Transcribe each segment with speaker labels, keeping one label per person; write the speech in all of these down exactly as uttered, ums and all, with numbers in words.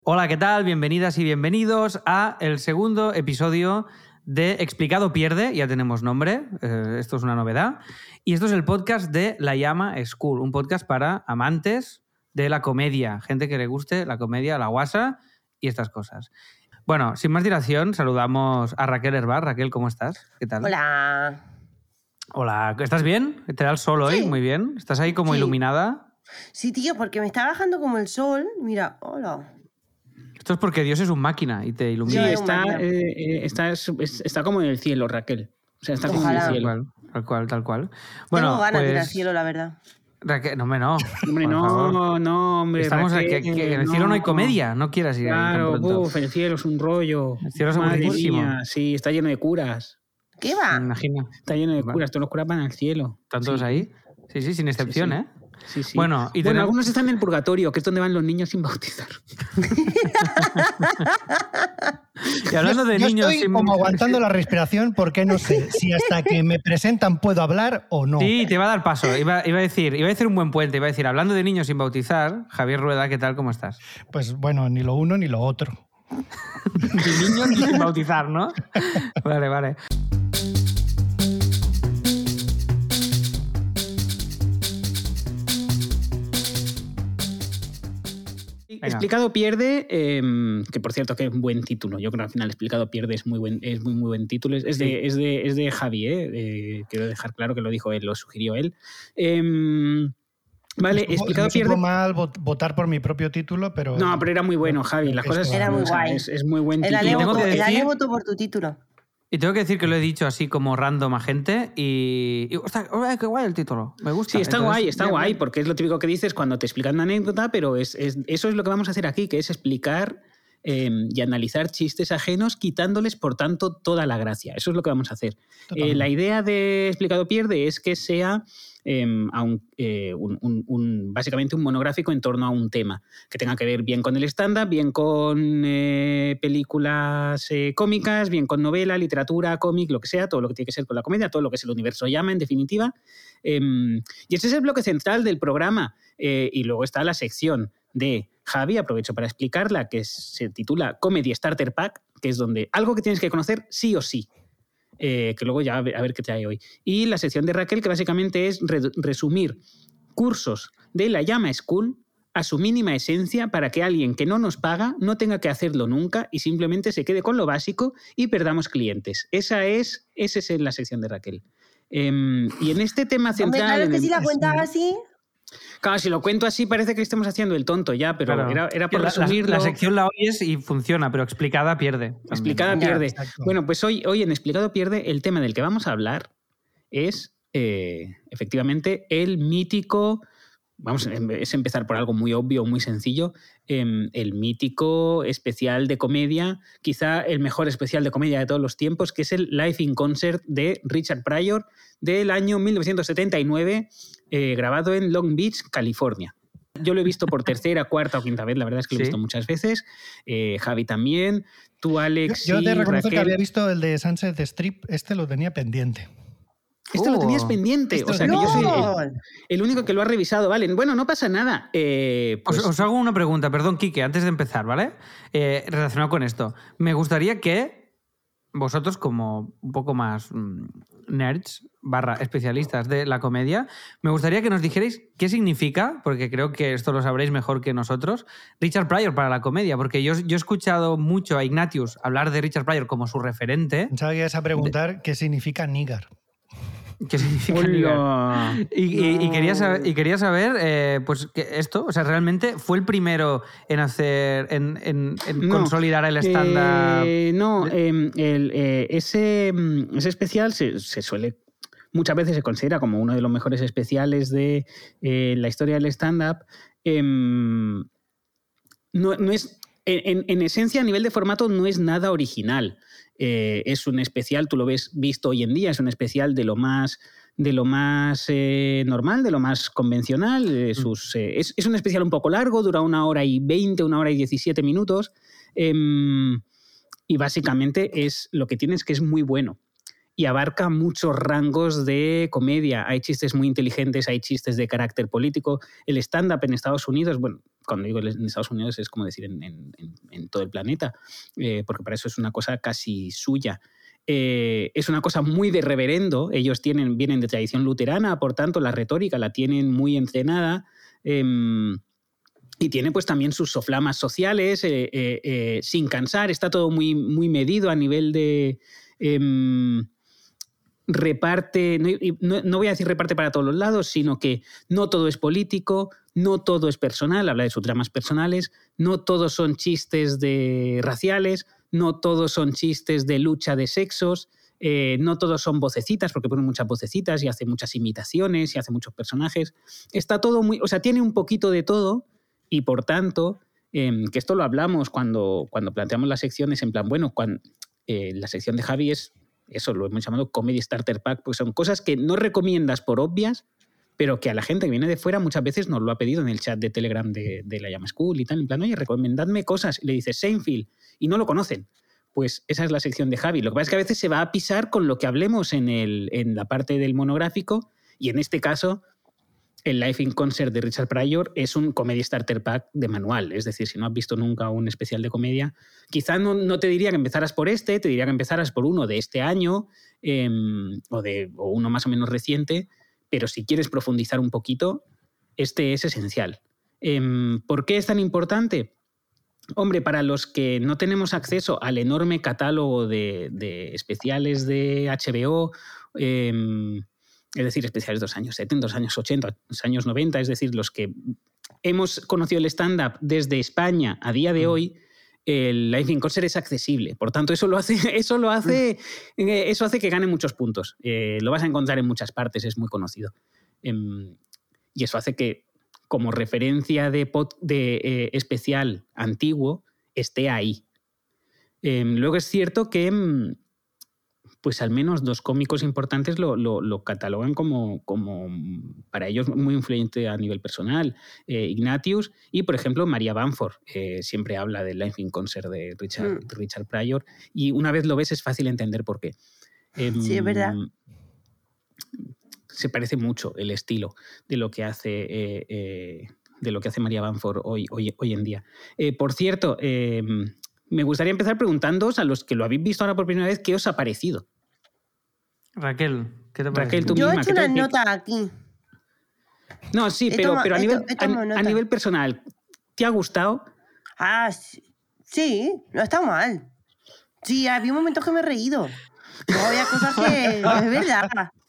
Speaker 1: Hola, ¿qué tal? Bienvenidas y bienvenidos a el segundo episodio de Explicado Pierde. Ya tenemos nombre, eh, esto es una novedad. Y esto es el podcast de La Llama School, un podcast para amantes de la comedia, gente que le guste la comedia, la guasa y estas cosas. Bueno, sin más dilación, saludamos a Raquel Herbar. Raquel, ¿cómo estás? ¿Qué tal?
Speaker 2: Hola.
Speaker 1: Hola, ¿estás bien? ¿Te da el sol hoy?
Speaker 2: Sí.
Speaker 1: Muy bien. ¿Estás ahí como
Speaker 2: Sí.
Speaker 1: iluminada?
Speaker 2: Sí, tío, porque me está bajando como el sol. Mira, hola.
Speaker 1: Esto es porque Dios es un máquina y te
Speaker 3: Sí,
Speaker 1: ilumina.
Speaker 2: Yo-
Speaker 3: está,
Speaker 2: máquina.
Speaker 3: eh, eh, está, es- está como en el cielo, Raquel. O sea, está como en
Speaker 2: Ojalá.
Speaker 3: el
Speaker 1: Tal
Speaker 3: cielo.
Speaker 1: cual, tal cual, tal cual. Bueno,
Speaker 2: Tengo ganas
Speaker 1: pues,
Speaker 2: de ir al cielo, la verdad.
Speaker 1: Raquel, no, hombre, no.
Speaker 3: Hombre,
Speaker 1: por favor.
Speaker 3: no, no, hombre.
Speaker 1: Estamos
Speaker 3: Raquel,
Speaker 1: aquí, que en el cielo no hay comedia, no quieras ir ahí tan
Speaker 3: Claro,
Speaker 1: pronto.
Speaker 3: uf, el cielo es un rollo.
Speaker 1: El cielo es
Speaker 3: Madre
Speaker 1: aburridísimo.
Speaker 3: mía, sí, está lleno de curas.
Speaker 2: ¿Qué
Speaker 1: Me
Speaker 2: va?
Speaker 1: imagino.
Speaker 3: Está lleno de
Speaker 1: Vale.
Speaker 3: curas, todos los curas van al cielo.
Speaker 1: ¿Están todos
Speaker 3: Sí.
Speaker 1: ahí? Sí, sí, sin excepción,
Speaker 3: sí.
Speaker 1: ¿eh?
Speaker 3: Sí, sí.
Speaker 1: Bueno, y
Speaker 3: bueno,
Speaker 1: tenemos-
Speaker 3: algunos están en el purgatorio, que es donde van los niños sin bautizar.
Speaker 1: Y hablando de
Speaker 4: Yo
Speaker 1: niños...
Speaker 4: estoy
Speaker 1: sin-
Speaker 4: como aguantando la respiración porque no sé si hasta que me presentan puedo hablar o no.
Speaker 1: Sí, te va a dar paso. Iba, iba a decir, iba a decir un buen puente. Iba a decir, hablando de niños sin bautizar, Javier Rueda, ¿qué tal? ¿Cómo estás?
Speaker 4: Pues bueno, ni lo uno ni lo otro.
Speaker 1: Ni niños ni sin bautizar, ¿no? Vale, vale. Venga.
Speaker 3: Explicado Pierde, eh, que por cierto que es un buen título. Yo creo que al final Explicado Pierde es muy buen, es muy, muy buen título. Es, es
Speaker 1: Sí.
Speaker 3: de, es, de, es de Javi, ¿eh? Eh, quiero dejar claro que lo dijo él, lo sugirió él. Eh, vale,
Speaker 4: Me supo-
Speaker 3: Explicado
Speaker 4: me supo
Speaker 3: Pierde.
Speaker 4: mal vot- votar por mi propio título, pero...
Speaker 3: No, pero era muy bueno, Javi. Las
Speaker 4: Esto-
Speaker 3: cosas
Speaker 2: Era muy
Speaker 3: o sea,
Speaker 2: guay.
Speaker 3: Es, es muy buen
Speaker 2: El
Speaker 3: título.
Speaker 2: Ale
Speaker 1: tengo
Speaker 2: votó,
Speaker 1: que
Speaker 2: el Ale
Speaker 1: decir-
Speaker 2: votó por tu título.
Speaker 1: Y tengo que decir que lo he dicho así como random a gente y... y ostras, oh, qué guay el título. Me gusta.
Speaker 3: Sí, está
Speaker 1: Entonces,
Speaker 3: guay, está
Speaker 1: bien,
Speaker 3: guay,
Speaker 1: bien.
Speaker 3: porque es lo típico que dices cuando te explican una anécdota, pero es, es- eso es lo que vamos a hacer aquí, que es explicar eh, y analizar chistes ajenos, quitándoles, por tanto, toda la gracia. Eso es lo que vamos a hacer. Eh, la idea de Explicado Pierde es que sea eh, a un, eh, un- un- un- básicamente un monográfico en torno a un tema, que tenga que ver bien con el stand-up, bien con eh, películas eh, cómicas, bien con novela, literatura, cómic, lo que sea, todo lo que tiene que ser con la comedia, todo lo que es el universo llama, en definitiva. Eh, y ese es el bloque central del programa. Eh, y luego está la sección de Javi, aprovecho para explicarla, que es- se titula Comedy Starter Pack, que es donde algo que tienes que conocer sí o sí. Eh, que luego ya a ver, a ver qué trae hoy. Y la sección de Raquel, que básicamente es re- resumir cursos de la Llama School a su mínima esencia para que alguien que no nos paga no tenga que hacerlo nunca y simplemente se quede con lo básico y perdamos clientes. Esa es, esa es la sección de Raquel. Em, y en este tema
Speaker 2: Hombre,
Speaker 3: central...
Speaker 2: claro, es
Speaker 3: en
Speaker 2: que
Speaker 3: el-
Speaker 2: si la cuentas así...
Speaker 3: Claro, si lo cuento así parece que estemos haciendo el tonto ya, pero
Speaker 1: Claro.
Speaker 3: era, era
Speaker 1: Que
Speaker 3: por
Speaker 1: la, la-
Speaker 3: resumirlo.
Speaker 1: la sección la oyes y funciona, pero explicada pierde. también.
Speaker 3: Explicada
Speaker 2: Ya,
Speaker 3: pierde.
Speaker 4: exacto.
Speaker 3: Bueno, pues hoy, hoy en Explicado Pierde el tema del que vamos a hablar es eh, efectivamente el mítico, vamos, es empezar por algo muy obvio, muy sencillo, eh, el mítico especial de comedia, quizá el mejor especial de comedia de todos los tiempos, que es el Live in Concert de Richard Pryor del año mil novecientos setenta y nueve, eh, grabado en Long Beach, California. Yo lo he visto por tercera, cuarta o quinta vez, la verdad es que lo he
Speaker 1: Sí.
Speaker 3: visto muchas veces. Eh, Javi también, tú,
Speaker 4: Yo,
Speaker 3: Alex,
Speaker 4: yo he de
Speaker 3: sí,
Speaker 4: reconocer que
Speaker 3: Raquel.
Speaker 4: había visto el de Sunset Strip, este lo tenía pendiente.
Speaker 3: Este lo
Speaker 1: Oh.
Speaker 3: tenías pendiente,
Speaker 4: Esto
Speaker 3: o sea
Speaker 4: lo
Speaker 3: que yo soy
Speaker 2: ¡No!
Speaker 3: el, el único que lo ha revisado, ¿vale? Bueno, no pasa nada. Eh, pues,
Speaker 1: Os, os hago una pregunta, perdón, Quique, antes de empezar, ¿vale? Eh, relacionado con esto. Me gustaría que vosotros, como un poco más mm, nerds barra especialistas de la comedia, me gustaría que nos dijerais qué significa, porque creo que esto lo sabréis mejor que nosotros, Richard Pryor para la comedia, porque yo, yo he escuchado mucho a Ignatius hablar de Richard Pryor como su referente.
Speaker 4: Pensaba que ibas a preguntar qué significa nígar.
Speaker 1: ¿Qué significa nígar?
Speaker 3: hola.
Speaker 1: Y, y- y
Speaker 3: No.
Speaker 1: quería saber, y quería saber eh, pues, que esto, o sea, realmente fue el primero en hacer, en, en- en
Speaker 3: No,
Speaker 1: consolidar el stand-up.
Speaker 3: Eh, no, eh, el, eh, ese, mm, ese especial se, se suele, muchas veces se considera como uno de los mejores especiales de eh, la historia del stand-up. Em, no, no es, en, en esencia, a nivel de formato, no es nada original. Eh, es un especial, tú lo ves visto hoy en día, es un especial de lo más, de lo más eh, normal, de lo más convencional. Eh, sus, eh, es, es un especial un poco largo, dura una hora y veinte, una hora y diecisiete minutos. Eh, y básicamente es, lo que tiene es que es muy bueno. Y abarca muchos rangos de comedia. Hay chistes muy inteligentes, hay chistes de carácter político. El stand-up en Estados Unidos, bueno, cuando digo en Estados Unidos es como decir en, en, en todo el planeta, eh, porque para eso es una cosa casi suya. Eh, es una cosa muy de reverendo, ellos tienen, vienen de tradición luterana, por tanto la retórica la tienen muy entrenada, eh, y tiene pues también sus soflamas sociales, eh, eh, eh, sin cansar, está todo muy, muy medido a nivel de... Eh, reparte, no, no voy a decir reparte para todos los lados, sino que no todo es político, no todo es personal, habla de sus dramas personales, no todos son chistes de raciales, no todos son chistes de lucha de sexos, eh, no todos son vocecitas, porque pone muchas vocecitas y hace muchas imitaciones y hace muchos personajes. Está todo muy... O sea, tiene un poquito de todo y, por tanto, eh, que esto lo hablamos cuando, cuando planteamos las secciones, en plan, bueno, cuando, eh, la sección de Javi es... Eso lo hemos llamado Comedy Starter Pack, porque son cosas que no recomiendas por obvias, pero que a la gente que viene de fuera muchas veces nos lo ha pedido en el chat de Telegram de, de la Llama School y tal, en plan, oye, recomendadme cosas. Y le dices Seinfeld y no lo conocen. Pues esa es la sección de Javi. Lo que pasa es que a veces se va a pisar con lo que hablemos en, el, en la parte del monográfico, y en este caso el Live in Concert de Richard Pryor es un Comedy Starter Pack de manual. Es decir, si no has visto nunca un especial de comedia, quizá no, no te diría que empezaras por este, te diría que empezaras por uno de este año eh, o, de, o uno más o menos reciente, pero si quieres profundizar un poquito, este es esencial. Eh, ¿Por qué es tan importante? Hombre, para los que no tenemos acceso al enorme catálogo de, de especiales de H B O, eh, es decir, especiales de los años setenta, los años ochenta, los años noventa, es decir, los que hemos conocido el stand-up desde España a día de hoy, el Live in Concert es accesible. Por tanto, eso lo hace, eso lo hace, eso hace que gane muchos puntos. Eh, lo vas a encontrar en muchas partes, es muy conocido. Eh, y eso hace que, como referencia de, pod, de eh, especial antiguo, esté ahí. Eh, luego es cierto que... pues al menos dos cómicos importantes lo, lo, lo catalogan como, como, para ellos, muy influyente a nivel personal. Eh, Ignatius y, por ejemplo, Maria Bamford. Eh, siempre habla del Live in Concert de Richard, mm. de Richard Pryor, y una vez lo ves es fácil entender por qué. Eh,
Speaker 2: sí, es verdad.
Speaker 3: Se parece mucho el estilo de lo que hace... Eh, eh, de lo que hace Maria Bamford hoy, hoy, hoy en día. Eh, por cierto... Eh, me gustaría empezar preguntándoos a los que lo habéis visto ahora por primera vez, ¿qué os ha parecido?
Speaker 1: Raquel, ¿qué te parece?
Speaker 3: Raquel, tú
Speaker 2: Yo
Speaker 3: misma,
Speaker 2: he hecho
Speaker 3: ¿qué
Speaker 2: una
Speaker 3: te...
Speaker 2: nota aquí.
Speaker 3: No, sí,
Speaker 2: he
Speaker 3: pero,
Speaker 2: toma,
Speaker 3: pero a,
Speaker 2: he
Speaker 3: nivel,
Speaker 2: to,
Speaker 3: a, a nivel personal, ¿te ha gustado?
Speaker 2: Ah, sí, sí, no ha estado mal. Sí, había momentos que me he reído. No, había cosas que... es verdad.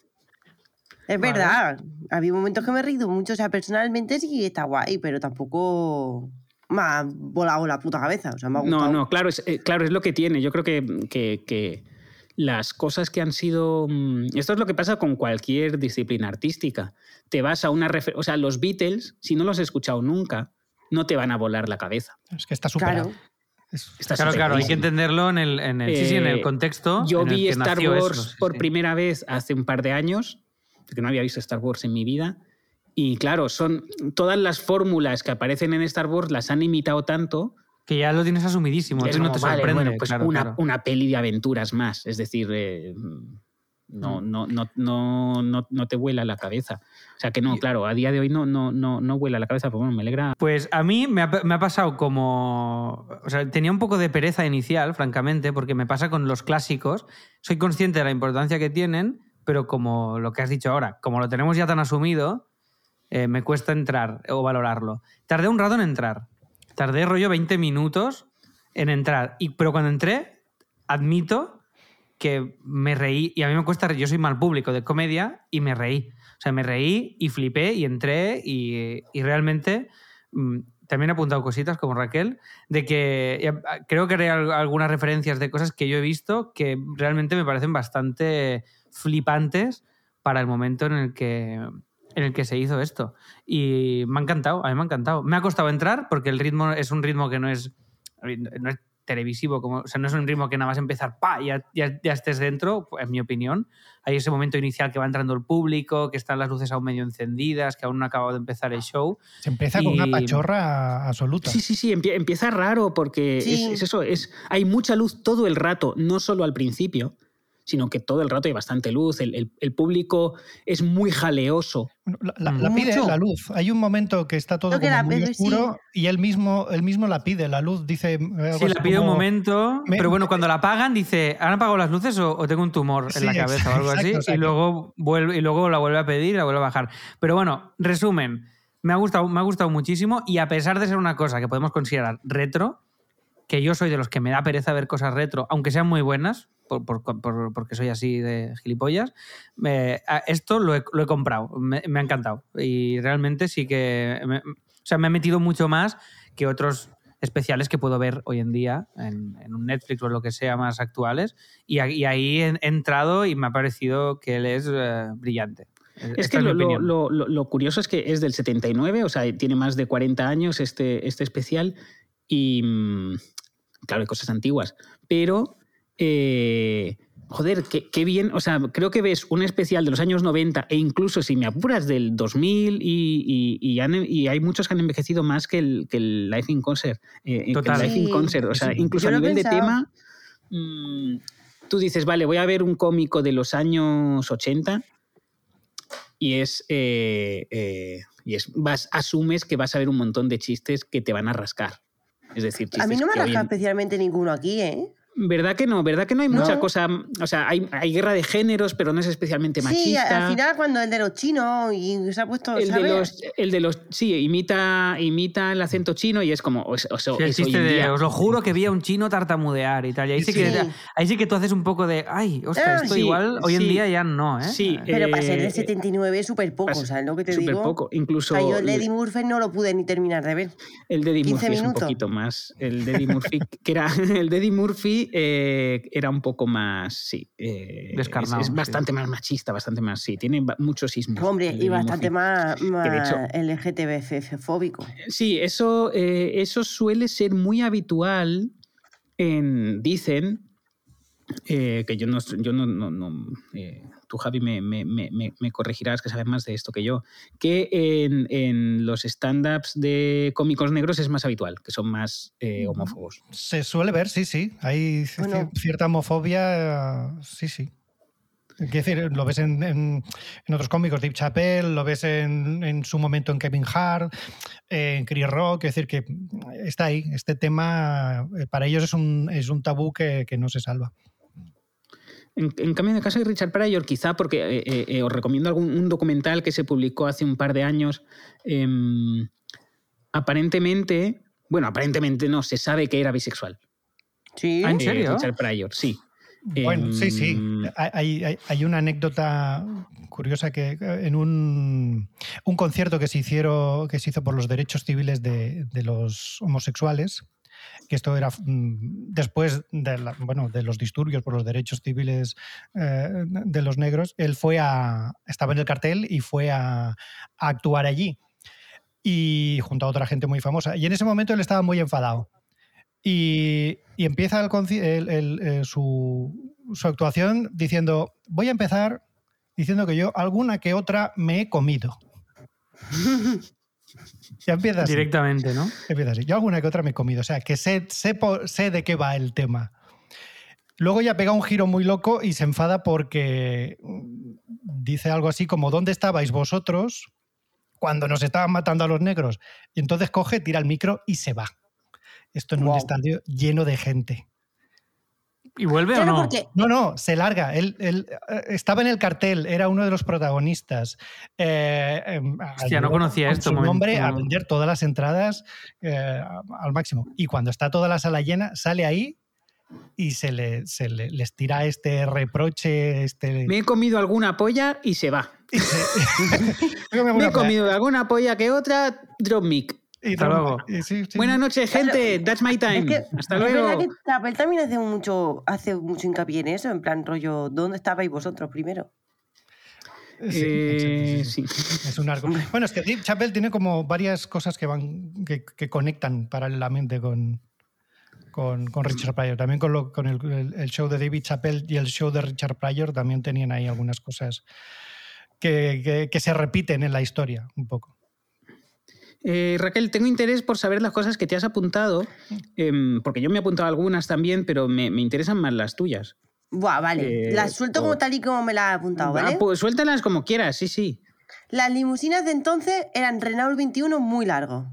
Speaker 2: Es vale. verdad. Había momentos que me he reído mucho. O sea, personalmente sí está guay, pero tampoco... me ha volado la puta cabeza, o sea, me ha gustado.
Speaker 3: No, no, claro, es, eh, claro, es lo que tiene. Yo creo que, que, que las cosas que han sido... Esto es lo que pasa con cualquier disciplina artística. Te vas a una... Refer... O sea, los Beatles, si no los has escuchado nunca, no te van a volar la cabeza.
Speaker 4: Es que está superado.
Speaker 2: Claro.
Speaker 3: Está
Speaker 1: claro, claro, hay que entenderlo en el, en el, eh, sí, sí, en el contexto.
Speaker 3: Yo
Speaker 1: en
Speaker 3: vi
Speaker 1: el que
Speaker 3: Star Wars
Speaker 1: eso, sí,
Speaker 3: por
Speaker 1: sí.
Speaker 3: primera vez hace un par de años, porque no había visto Star Wars en mi vida. Y claro, son todas las fórmulas que aparecen en Star Wars las han imitado tanto
Speaker 1: que ya lo tienes asumidísimo, entonces no te
Speaker 3: vale,
Speaker 1: sorprende.
Speaker 3: Bueno, pues
Speaker 1: claro,
Speaker 3: una,
Speaker 1: claro.
Speaker 3: una peli de aventuras más, es decir, eh, no, mm. no, no, no, no, no te vuela la cabeza. O sea que no, claro, a día de hoy no, no, no, no vuela la cabeza, pero bueno, me alegra.
Speaker 1: Pues a mí me ha, me ha pasado como... O sea, tenía un poco de pereza inicial, francamente, porque me pasa con los clásicos. Soy consciente de la importancia que tienen, pero como lo que has dicho ahora, como lo tenemos ya tan asumido... Eh, me cuesta entrar o valorarlo. Tardé un rato en entrar. Tardé rollo veinte minutos en entrar. Y, pero cuando entré, admito que me reí. Y a mí me cuesta... Yo soy mal público de comedia y me reí. O sea, me reí y flipé y entré y, y realmente... Mmm, también he apuntado cositas como Raquel, de que creo que haré algunas referencias de cosas que yo he visto que realmente me parecen bastante flipantes para el momento en el que... en el que se hizo esto. Y me ha encantado, a mí me ha encantado. Me ha costado entrar porque el ritmo es un ritmo que no es, no es televisivo, como, o sea, no es un ritmo que nada más empezar, ¡pa!, ya, ya, ya estés dentro, en mi opinión. Hay ese momento inicial que va entrando el público, que están las luces aún medio encendidas, que aún no ha acabado de empezar el show.
Speaker 4: Se empieza y... con una pachorra absoluta.
Speaker 3: Sí, sí, sí, empieza raro porque sí. es, es eso, es, hay mucha luz todo el rato, no solo al principio, sino que todo el rato hay bastante luz, el, el, el público es muy jaleoso.
Speaker 4: Bueno, la, la, la pide
Speaker 2: Mucho.
Speaker 4: la luz. Hay un momento que está todo
Speaker 2: Creo que
Speaker 4: como
Speaker 2: la
Speaker 4: muy
Speaker 2: pide,
Speaker 4: oscuro y él mismo, él mismo la pide, la luz. Dice algo
Speaker 1: Sí,
Speaker 4: así
Speaker 1: la pide un
Speaker 4: como-
Speaker 1: momento,
Speaker 4: Me-
Speaker 1: pero bueno, cuando la apagan dice, ¿han apagado las luces o, o tengo un tumor
Speaker 4: Sí,
Speaker 1: en la cabeza
Speaker 4: exacto,
Speaker 1: o algo así?
Speaker 4: exacto, o sea
Speaker 1: y,
Speaker 4: que-
Speaker 1: luego vuelve, y luego la vuelve a pedir y la vuelve a bajar. Pero bueno, resumen, me ha gustado, me ha gustado muchísimo y a pesar de ser una cosa que podemos considerar retro, que yo soy de los que me da pereza ver cosas retro, aunque sean muy buenas, por, por- por- porque soy así de gilipollas, me- a- esto lo he, lo he comprado, me, me ha encantado. Y realmente sí que... me- o sea, me he metido mucho más que otros especiales que puedo ver hoy en día en, en un Netflix o lo que sea más actuales. Y, a- y ahí he, he entrado y me ha parecido que él es eh, brillante.
Speaker 3: Es
Speaker 1: Esta
Speaker 3: que
Speaker 1: mi
Speaker 3: lo, lo,
Speaker 1: opinión.
Speaker 3: lo, lo- lo curioso es que es del setenta y nueve, o sea, tiene más de cuarenta años este, este especial y, mm, claro, hay cosas antiguas, pero, eh, joder, qué, qué bien, o sea, creo que ves un especial de los años noventa e incluso, si me apuras, del dos mil y, y, y, han- y hay muchos que han envejecido más que el, que el Life in Concert. eh, que el
Speaker 1: Total.
Speaker 3: Life in
Speaker 2: Sí,
Speaker 3: Concert, o sea,
Speaker 4: sí.
Speaker 3: incluso
Speaker 2: Yo
Speaker 3: a
Speaker 2: lo he
Speaker 3: nivel de
Speaker 2: pensado.
Speaker 3: tema, mm, tú dices, vale, voy a ver un cómico de los años ochenta y es, eh, eh, y es vas, asumes que vas a ver un montón de chistes que te van a rascar. Es decir, chistes
Speaker 2: A mí no me
Speaker 3: que hoy
Speaker 2: rasca
Speaker 3: en-
Speaker 2: especialmente ninguno aquí, ¿eh?
Speaker 3: ¿Verdad que no? ¿Verdad que no hay mucha
Speaker 2: No.
Speaker 3: cosa? O sea, hay, hay guerra de géneros, pero no es especialmente
Speaker 2: Sí,
Speaker 3: machista.
Speaker 2: al final cuando el de los chinos y se ha puesto,
Speaker 3: el de
Speaker 2: ¿sabes?
Speaker 3: los, el de los, sí, imita, imita el acento chino y es como, o, o-
Speaker 1: Sí, el
Speaker 3: es hoy
Speaker 1: chiste
Speaker 3: en
Speaker 1: de,
Speaker 3: día.
Speaker 1: os lo juro que vi a un chino tartamudear y tal. Y ahí sí,
Speaker 2: Sí.
Speaker 1: que, ahí sí que tú haces un poco de, ay, ostras,
Speaker 2: Ah,
Speaker 1: esto
Speaker 3: sí,
Speaker 1: igual hoy en
Speaker 3: sí,
Speaker 1: día ya no, ¿eh?
Speaker 3: sí,
Speaker 2: Pero para ser
Speaker 3: eh,
Speaker 2: del setenta y nueve es súper poco,
Speaker 3: pas-
Speaker 2: ¿sabes lo que te
Speaker 3: súper
Speaker 2: digo?
Speaker 3: poco. Incluso
Speaker 2: O sea, yo el de Eddie Murphy no lo pude ni terminar de ver.
Speaker 3: el de Eddie
Speaker 2: quince
Speaker 3: Murphy es un
Speaker 2: minutos.
Speaker 3: poquito más. El de Eddie Murphy, que era, el de Eddie Murphy eh, era un poco más, sí. eh, es,
Speaker 1: Descarnado,
Speaker 3: es
Speaker 1: sí.
Speaker 3: bastante más machista, bastante más, sí. Tiene ba- muchos sismos.
Speaker 2: Hombre,
Speaker 3: el de
Speaker 2: y
Speaker 3: Eddie
Speaker 2: bastante
Speaker 3: Murphy.
Speaker 2: más,
Speaker 3: Que de hecho-
Speaker 2: más L G T B-fóbico.
Speaker 3: Sí, eso, eh, eso suele ser muy habitual en, dicen, eh, que yo no, yo no, no, no, eh, tú Javi me, me, me, me corregirás que sabes más de esto que yo, que en, en los stand-ups de cómicos negros es más habitual, que son más eh, homófobos.
Speaker 4: Se suele ver, sí, sí. Hay ci-
Speaker 2: Bueno.
Speaker 4: cierta homofobia, eh, sí, sí. Quiero decir, lo ves en, en- en otros cómicos, Dave Chappelle, lo ves en, en su momento en Kevin Hart, eh, en Chris Rock. Quiero decir que está ahí. Este tema eh, para ellos es un, es un tabú que, que no se salva.
Speaker 3: En, en cambio, en el caso de Richard Pryor, quizá porque eh, eh, eh, os recomiendo algún, un documental que se publicó hace un par de años. eh, aparentemente, bueno, aparentemente no, se sabe que era bisexual.
Speaker 2: ¿Sí?
Speaker 1: Ah, ¿en
Speaker 3: eh,
Speaker 1: serio?
Speaker 3: Richard Pryor, sí.
Speaker 4: Bueno,
Speaker 3: Em,
Speaker 4: sí, sí. Hay, hay, hay una anécdota curiosa que en un, un concierto que se, hicieron, que se hizo por los derechos civiles de, de los homosexuales, que esto era mm, después de, la- bueno, de los disturbios por los derechos civiles eh, de los negros, él fue a, estaba en el cartel y fue a, a actuar allí, y junto a otra gente muy famosa. Y en ese momento él estaba muy enfadado. Y, y empieza el conci- el- el- eh, su, su actuación diciendo, voy a empezar diciendo que yo alguna que otra me he comido. Ya empieza así.
Speaker 1: Directamente, ¿no?
Speaker 4: Empieza así. Yo alguna que otra me he comido. O sea, que sé, sé, po- sé de qué va el tema. Luego ya pega un giro muy loco y se enfada porque mm, dice algo así como, ¿dónde estabais vosotros cuando nos estaban matando a los negros? Y entonces coge, tira el micro y se va. Esto en un
Speaker 2: Guau.
Speaker 4: estadio lleno de gente.
Speaker 1: ¿Y vuelve
Speaker 2: Claro,
Speaker 1: o no?
Speaker 2: porque
Speaker 4: No, no, se larga. Él, él, eh, estaba en el cartel, era uno de los protagonistas. Eh, eh,
Speaker 1: Hostia, no
Speaker 4: ayudó
Speaker 1: conocía
Speaker 4: con
Speaker 1: esto,
Speaker 4: su
Speaker 1: momento.
Speaker 4: nombre a vender todas las entradas eh, al máximo. Y cuando está toda la sala llena, sale ahí y se, le, se le, les tira este reproche. Este...
Speaker 3: Me he comido alguna polla y se va.
Speaker 4: y se-
Speaker 3: Me he comido alguna polla que otra, drop mic.
Speaker 4: Y
Speaker 1: Hasta luego.
Speaker 4: y sí, sí.
Speaker 3: Buenas noches, gente. That's my time.
Speaker 2: es que
Speaker 3: Hasta
Speaker 2: es
Speaker 3: luego.
Speaker 2: verdad que Chappelle también hace mucho, hace mucho hincapié en eso, en plan rollo, ¿dónde estabais vosotros primero?
Speaker 4: Sí,
Speaker 3: Eh,
Speaker 4: exacto, sí, sí.
Speaker 3: sí.
Speaker 4: Es un arco. Bueno, es que Dave Chappelle tiene como varias cosas que van que, que conectan paralelamente con, con, con Richard Pryor. También con, lo, con el, el- el show de David Chappelle y el show de Richard Pryor también tenían ahí algunas cosas que, que- que se repiten en la historia un poco.
Speaker 3: Eh, Raquel, tengo interés por saber las cosas que te has apuntado, em, porque yo me he apuntado algunas también, pero me, me interesan más las tuyas.
Speaker 2: Buah, vale.
Speaker 3: Eh,
Speaker 2: las suelto
Speaker 3: o-
Speaker 2: como tal y como me las he apuntado, ¿vale?
Speaker 3: Ah, pues suéltalas como quieras, sí, sí.
Speaker 2: Las limusinas de entonces eran Renault veintiuno muy largos.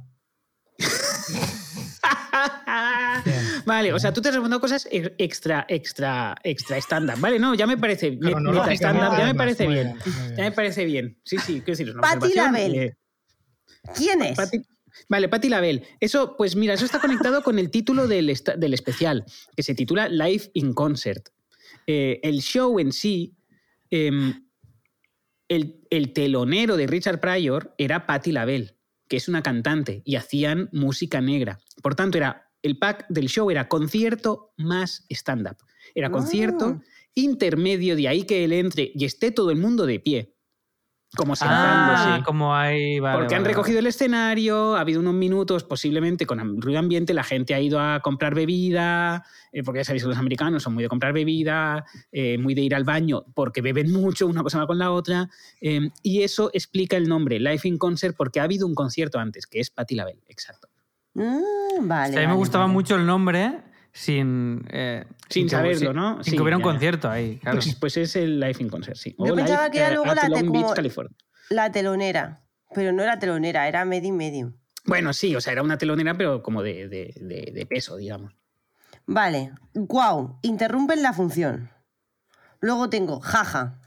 Speaker 4: Bien.
Speaker 3: Vale, o sea, tú te has respondido cosas e- extra, extra, extra estándar. Vale, no, ya me parece. me- Meta estándar, ya me parece
Speaker 4: Muy
Speaker 3: bien.
Speaker 4: muy bien.
Speaker 3: Ya me parece bien. Sí, sí, quiero decir, es una
Speaker 2: Patti
Speaker 3: observación.
Speaker 2: Label.
Speaker 3: eh,
Speaker 2: ¿Quién es?
Speaker 3: Patti- Vale, Patti Label. Eso, pues mira, eso está conectado con el título del, esta- del especial, que se titula Live in Concert. Eh, el show en sí, em, el, el telonero de Richard Pryor era Patti Label, que es una cantante, y hacían música negra. Por tanto, era, el pack del show era concierto más stand-up. Era concierto
Speaker 2: Ah.
Speaker 3: intermedio, de ahí que él entre y esté todo el mundo de pie, como
Speaker 1: Ah,
Speaker 3: sentándose.
Speaker 1: como hay... Vale,
Speaker 3: Porque han
Speaker 1: vale,
Speaker 3: recogido
Speaker 1: vale.
Speaker 3: el escenario, ha habido unos minutos, posiblemente con ruido ambiente, la gente ha ido a comprar bebida, eh, porque ya sabéis que los americanos son muy de comprar bebida, eh, muy de ir al baño porque beben mucho, una cosa va con la otra, eh, y eso explica el nombre, Live in Concert, porque ha habido un concierto antes, que es Patti Label, exacto.
Speaker 2: Mm, vale.
Speaker 1: O sea, a mí me
Speaker 2: vale,
Speaker 1: gustaba
Speaker 2: vale.
Speaker 1: mucho el nombre sin... eh,
Speaker 3: Sin
Speaker 1: que-
Speaker 3: saberlo,
Speaker 1: sin-
Speaker 3: ¿no?
Speaker 1: Sin
Speaker 3: Sí,
Speaker 1: que hubiera un
Speaker 3: ya, ya.
Speaker 1: concierto ahí, claro.
Speaker 3: Pues, pues es el Live in Concert, sí.
Speaker 2: Yo
Speaker 3: O
Speaker 2: pensaba
Speaker 3: Live,
Speaker 2: que era
Speaker 3: eh,
Speaker 2: luego
Speaker 3: at
Speaker 2: la te-
Speaker 3: Long Beach,
Speaker 2: como-
Speaker 3: California.
Speaker 2: La telonera. Pero no era telonera, era medium medium.
Speaker 3: Bueno, sí, o sea, era una telonera, pero como de, de- de- de peso, digamos.
Speaker 2: Vale. Guau. Interrumpen la función. Luego tengo jaja.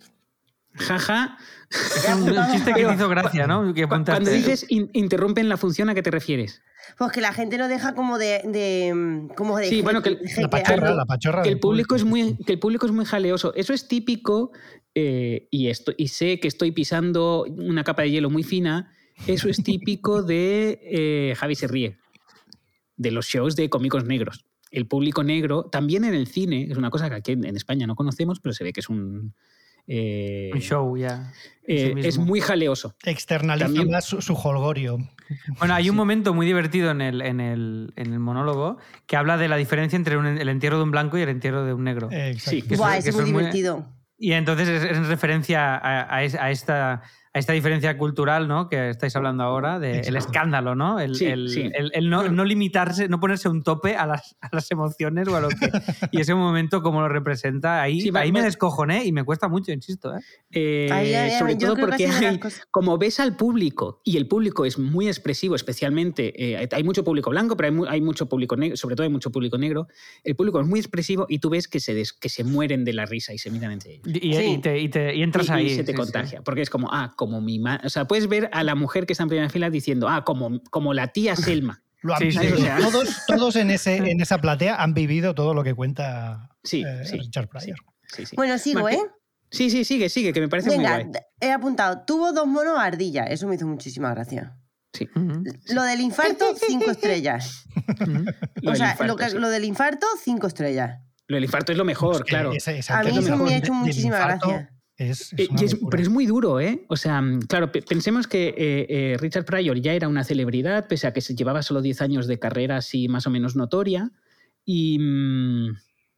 Speaker 3: Jaja.
Speaker 1: Es un chiste que te hizo gracia, ¿no? Que
Speaker 3: Cu-
Speaker 1: apuntaste.
Speaker 3: Cuando dices in- interrumpen la función, ¿a qué te refieres?
Speaker 2: Pues que la gente no deja como de. de como de
Speaker 3: Sí, bueno, que el-
Speaker 2: de
Speaker 4: La
Speaker 2: jequear.
Speaker 4: pachorra, la pachorra
Speaker 3: Que
Speaker 4: del
Speaker 3: el público es muy, que el público es muy jaleoso. Eso es típico, eh, y, esto, y sé que estoy pisando una capa de hielo muy fina, eso es típico de eh, Javi se ríe, de los shows de cómicos negros. El público negro, también en el cine, es una cosa que aquí en, en España no conocemos, pero se ve que es un... eh,
Speaker 1: Un show, ya.
Speaker 3: eh,
Speaker 1: en sí
Speaker 3: es
Speaker 1: mismo.
Speaker 3: muy jaleoso.
Speaker 4: Externaliza
Speaker 3: También-
Speaker 4: más su, su jolgorio.
Speaker 1: Bueno, hay un momento muy divertido en el, en, el, en el monólogo que habla de la diferencia entre un- el entierro de un blanco y el entierro de un negro.
Speaker 4: Eh, exacto.
Speaker 3: Sí,
Speaker 1: que
Speaker 2: Buah,
Speaker 1: eso-
Speaker 2: ese
Speaker 1: que
Speaker 2: es muy
Speaker 1: eso es muy-
Speaker 2: divertido.
Speaker 1: Y entonces es, es en referencia a, a es- a esta, a esta diferencia cultural, ¿no? Que estáis hablando ahora, del
Speaker 4: Exacto.
Speaker 1: escándalo, ¿no? El,
Speaker 3: Sí,
Speaker 1: el-
Speaker 3: sí.
Speaker 1: el- el no, no limitarse, no ponerse un tope a las, a las emociones o a lo que. Y ese momento, como lo representa, ahí,
Speaker 3: Sí, va-
Speaker 1: ahí me
Speaker 3: va-
Speaker 1: descojoné y me cuesta mucho, insisto. ¿eh?
Speaker 3: Eh,
Speaker 2: Ahí, ahí,
Speaker 3: sobre
Speaker 2: yo
Speaker 3: todo
Speaker 2: creo que
Speaker 3: porque
Speaker 2: ha sido de las
Speaker 3: hay,
Speaker 2: cosas-
Speaker 3: como ves al público, y el público es muy expresivo, especialmente, eh, hay mucho público blanco, pero hay, mu- hay mucho público negro, sobre todo hay mucho público negro, el público es muy expresivo y tú ves que se, des- que se mueren de la risa y se miran entre ellos.
Speaker 1: Y, y-
Speaker 2: Sí.
Speaker 1: y te, y te- y entras
Speaker 3: Y, y
Speaker 1: ahí.
Speaker 3: se te
Speaker 1: sí,
Speaker 3: contagia,
Speaker 1: sí.
Speaker 3: porque es como, ah, como mi madre. O sea, puedes ver a la mujer que está en primera fila diciendo, ah, como, como la tía Selma.
Speaker 4: Lo han
Speaker 1: Sí, sí,
Speaker 4: vivido.
Speaker 3: o sea.
Speaker 4: todos, todos en, ese, en esa platea han vivido todo lo que cuenta
Speaker 3: Sí,
Speaker 4: eh,
Speaker 3: sí,
Speaker 4: Richard Pryor.
Speaker 3: Sí, sí.
Speaker 2: Bueno, sigo,
Speaker 3: Más que-
Speaker 2: ¿eh?
Speaker 3: Sí, sí, sigue, sigue, que me parece
Speaker 2: Venga,
Speaker 3: muy guay.
Speaker 2: he apuntado. Tuvo dos monos ardilla. Eso me hizo muchísima gracia.
Speaker 3: Sí.
Speaker 1: Ujú,
Speaker 2: Lo del infarto, cinco estrellas.
Speaker 1: ujú.
Speaker 3: Lo
Speaker 2: O
Speaker 3: del
Speaker 2: sea,
Speaker 3: infarto,
Speaker 2: lo, que-
Speaker 3: sí.
Speaker 2: lo del infarto, cinco estrellas.
Speaker 3: Lo del infarto es lo mejor,
Speaker 4: Es que
Speaker 3: claro.
Speaker 4: ese- esa
Speaker 2: A mí
Speaker 4: técnica
Speaker 2: eso me ha
Speaker 4: del-
Speaker 2: hecho
Speaker 4: del
Speaker 2: muchísima
Speaker 4: infarto
Speaker 2: gracia.
Speaker 4: Es, es
Speaker 3: Eh,
Speaker 4: una
Speaker 3: y es-
Speaker 4: locura.
Speaker 3: pero es muy duro, ¿eh? O sea, mm, claro, pe- pensemos que eh, eh, Richard Pryor ya era una celebridad, pese a que se llevaba solo diez años de carrera así más o menos notoria. Y mm,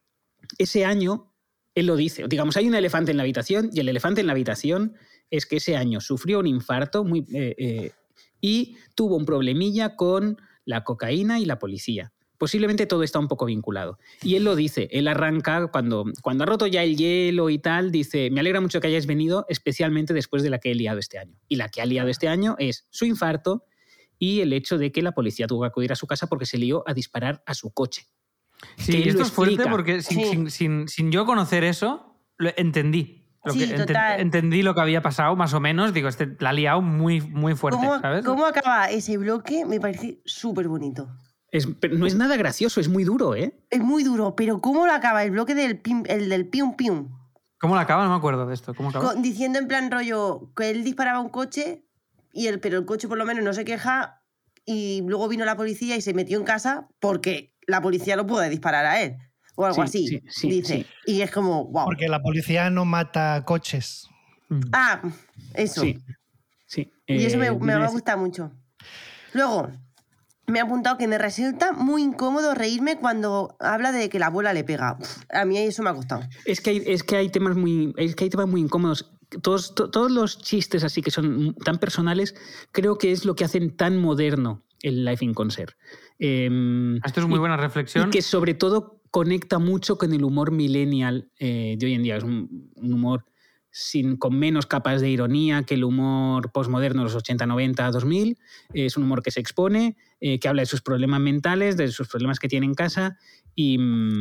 Speaker 3: ese año, él lo dice, digamos, hay un elefante en la habitación y el elefante en la habitación es que ese año sufrió un infarto muy, eh, eh, y tuvo un problemilla con la cocaína y la policía. Posiblemente todo está un poco vinculado. Y él lo dice, él arranca, cuando, cuando ha roto ya el hielo y tal, dice, me alegra mucho que hayáis venido, especialmente después de la que he liado este año. Y la que ha liado este año es su infarto y el hecho de que la policía tuvo que acudir a su casa porque se lió a disparar a su coche.
Speaker 1: Sí,
Speaker 3: que
Speaker 1: y
Speaker 3: él
Speaker 1: esto
Speaker 3: lo
Speaker 1: es fuerte
Speaker 3: explica.
Speaker 1: porque sin,
Speaker 2: Sí.
Speaker 1: sin, sin, sin yo conocer eso, lo entendí. Lo
Speaker 2: Sí,
Speaker 1: que, ente-
Speaker 2: total.
Speaker 1: entendí lo que había pasado, más o menos. Digo, este la ha liado muy, muy fuerte,
Speaker 2: ¿Cómo,
Speaker 1: ¿sabes?
Speaker 2: cómo acaba ese bloque? Me parece súper bonito.
Speaker 3: Es, pero no es nada gracioso, es muy duro, ¿eh?
Speaker 2: Es muy duro, pero ¿cómo lo acaba? El bloque del pim, el del pium pium.
Speaker 1: ¿Cómo la acaba? No me acuerdo de esto. ¿Cómo acaba?
Speaker 2: Con- diciendo en plan rollo que él disparaba un coche, y el, pero el coche por lo menos no se queja, y luego vino la policía y se metió en casa porque la policía lo puede disparar a él. O algo
Speaker 3: Sí,
Speaker 2: así,
Speaker 3: sí, sí,
Speaker 2: dice. Y es como, wow.
Speaker 4: Porque la policía no mata coches.
Speaker 1: Mm.
Speaker 2: Ah, eso.
Speaker 3: Sí. sí.
Speaker 2: Y eso me,
Speaker 3: Eh,
Speaker 2: me
Speaker 3: viene
Speaker 2: va
Speaker 3: a
Speaker 2: a
Speaker 3: decir-
Speaker 2: gustar mucho. Luego, me ha apuntado que me resulta muy incómodo reírme cuando habla de que la abuela le pega. Uf, a mí eso me ha costado.
Speaker 3: Es que hay, es que hay temas muy, es que hay temas muy incómodos. Todos, to- todos los chistes así que son tan personales, creo que es lo que hacen tan moderno el Live in Concert. Em,
Speaker 1: Esto es muy
Speaker 3: y-
Speaker 1: buena reflexión.
Speaker 3: Y que sobre todo conecta mucho con el humor millennial eh, de hoy en día. Es un, un humor sin, con menos capas de ironía que el humor postmoderno de los ochenta, noventa, dos mil. Eh, es un humor que se expone, eh, que habla de sus problemas mentales, de sus problemas que tiene en casa y,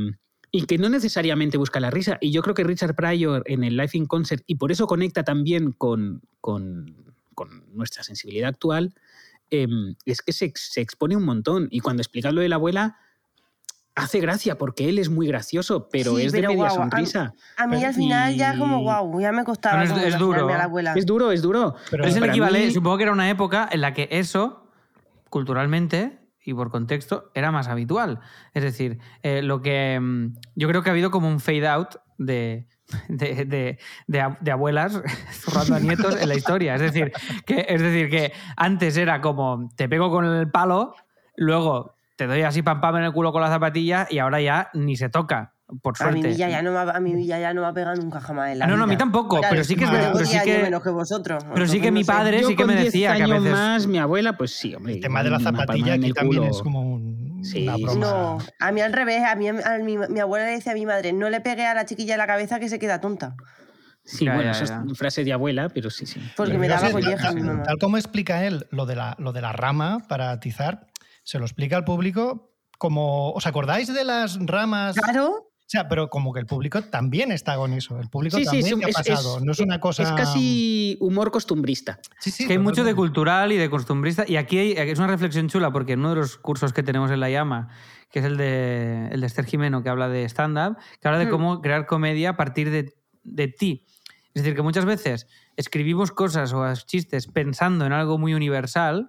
Speaker 3: y que no necesariamente busca la risa. Y yo creo que Richard Pryor en el Live in Concert, y por eso conecta también con, con, con nuestra sensibilidad actual, eh, es que se, se expone un montón. Y cuando explica lo de la abuela, hace gracia porque él es muy gracioso, pero
Speaker 2: Sí,
Speaker 3: es
Speaker 2: pero
Speaker 3: de media
Speaker 2: guau, a-
Speaker 3: sonrisa.
Speaker 2: A mí al final
Speaker 3: Y-
Speaker 2: ya como guau, ya me costaba
Speaker 1: Bueno, es-
Speaker 2: como
Speaker 1: es
Speaker 2: imaginarme
Speaker 1: duro.
Speaker 2: a la abuela.
Speaker 3: Es duro, es duro.
Speaker 4: Pero
Speaker 1: es el
Speaker 3: para
Speaker 1: equivalente,
Speaker 3: mí-
Speaker 1: supongo que era una época en la que eso, culturalmente y por contexto, era más habitual. Es decir, eh, lo que mm, yo creo que ha habido como un fade out de, de, de- de ab- de abuelas zurrando a nietos en la historia. Es decir, que, es decir, que antes era como te pego con el palo, luego te doy así pam pam en el culo con la zapatilla y ahora ya ni se toca, por
Speaker 2: A mi
Speaker 1: suerte.
Speaker 2: Villa ya no me ha, a mi Villa ya no me ha pegado nunca jamás en la
Speaker 1: Ah, no, no, a mí
Speaker 2: vida.
Speaker 1: tampoco,
Speaker 2: Claro,
Speaker 1: pero sí que es
Speaker 2: yo
Speaker 1: verdad,
Speaker 2: tengo
Speaker 1: pero sí
Speaker 2: diez años
Speaker 1: que-
Speaker 2: menos que vosotros.
Speaker 1: pero sí que
Speaker 2: entonces
Speaker 1: mi
Speaker 2: no sé.
Speaker 1: padre
Speaker 3: Yo
Speaker 1: sí que
Speaker 3: con
Speaker 1: me
Speaker 3: diez
Speaker 1: decía que a
Speaker 3: años
Speaker 1: veces...
Speaker 3: más, mi abuela, pues sí, hombre.
Speaker 4: El tema de la
Speaker 3: una palmada
Speaker 4: zapatilla
Speaker 3: en
Speaker 4: aquí
Speaker 3: el
Speaker 4: también
Speaker 3: culo.
Speaker 4: es como un-
Speaker 3: Sí,
Speaker 4: una
Speaker 3: sí,
Speaker 4: broma.
Speaker 2: No, a mí al revés, a mí, a mi, mi abuela le decía a mi madre, no le pegué a la chiquilla en la cabeza que se queda tonta.
Speaker 3: Sí,
Speaker 1: Ya,
Speaker 3: bueno,
Speaker 1: ya,
Speaker 3: eso
Speaker 1: ya.
Speaker 3: es frase de abuela, pero sí, sí.
Speaker 2: Porque
Speaker 4: Pero
Speaker 2: me
Speaker 4: yo
Speaker 2: daba
Speaker 4: sé,
Speaker 2: colleja
Speaker 4: tal,
Speaker 2: mi mamá.
Speaker 4: tal como explica él lo de, la, lo de la rama para atizar, se lo explica al público como... ¿Os acordáis de las ramas?
Speaker 2: Claro,
Speaker 4: O sea, pero como que el público también está con eso. El público
Speaker 3: Sí, sí,
Speaker 4: también
Speaker 3: es,
Speaker 4: te ha
Speaker 3: es-
Speaker 4: pasado.
Speaker 3: es-
Speaker 4: no es una cosa...
Speaker 3: es casi humor costumbrista.
Speaker 4: Sí, sí,
Speaker 1: Es que hay mucho de
Speaker 4: totalmente.
Speaker 1: cultural y de costumbrista. Y aquí hay- es una reflexión chula porque en uno de los cursos que tenemos en la llama, que es el de, el de Esther Jimeno, que habla de stand-up, que habla de
Speaker 2: Hmm.
Speaker 1: cómo crear comedia a partir de, de ti. Es decir, que muchas veces escribimos cosas o chistes pensando en algo muy universal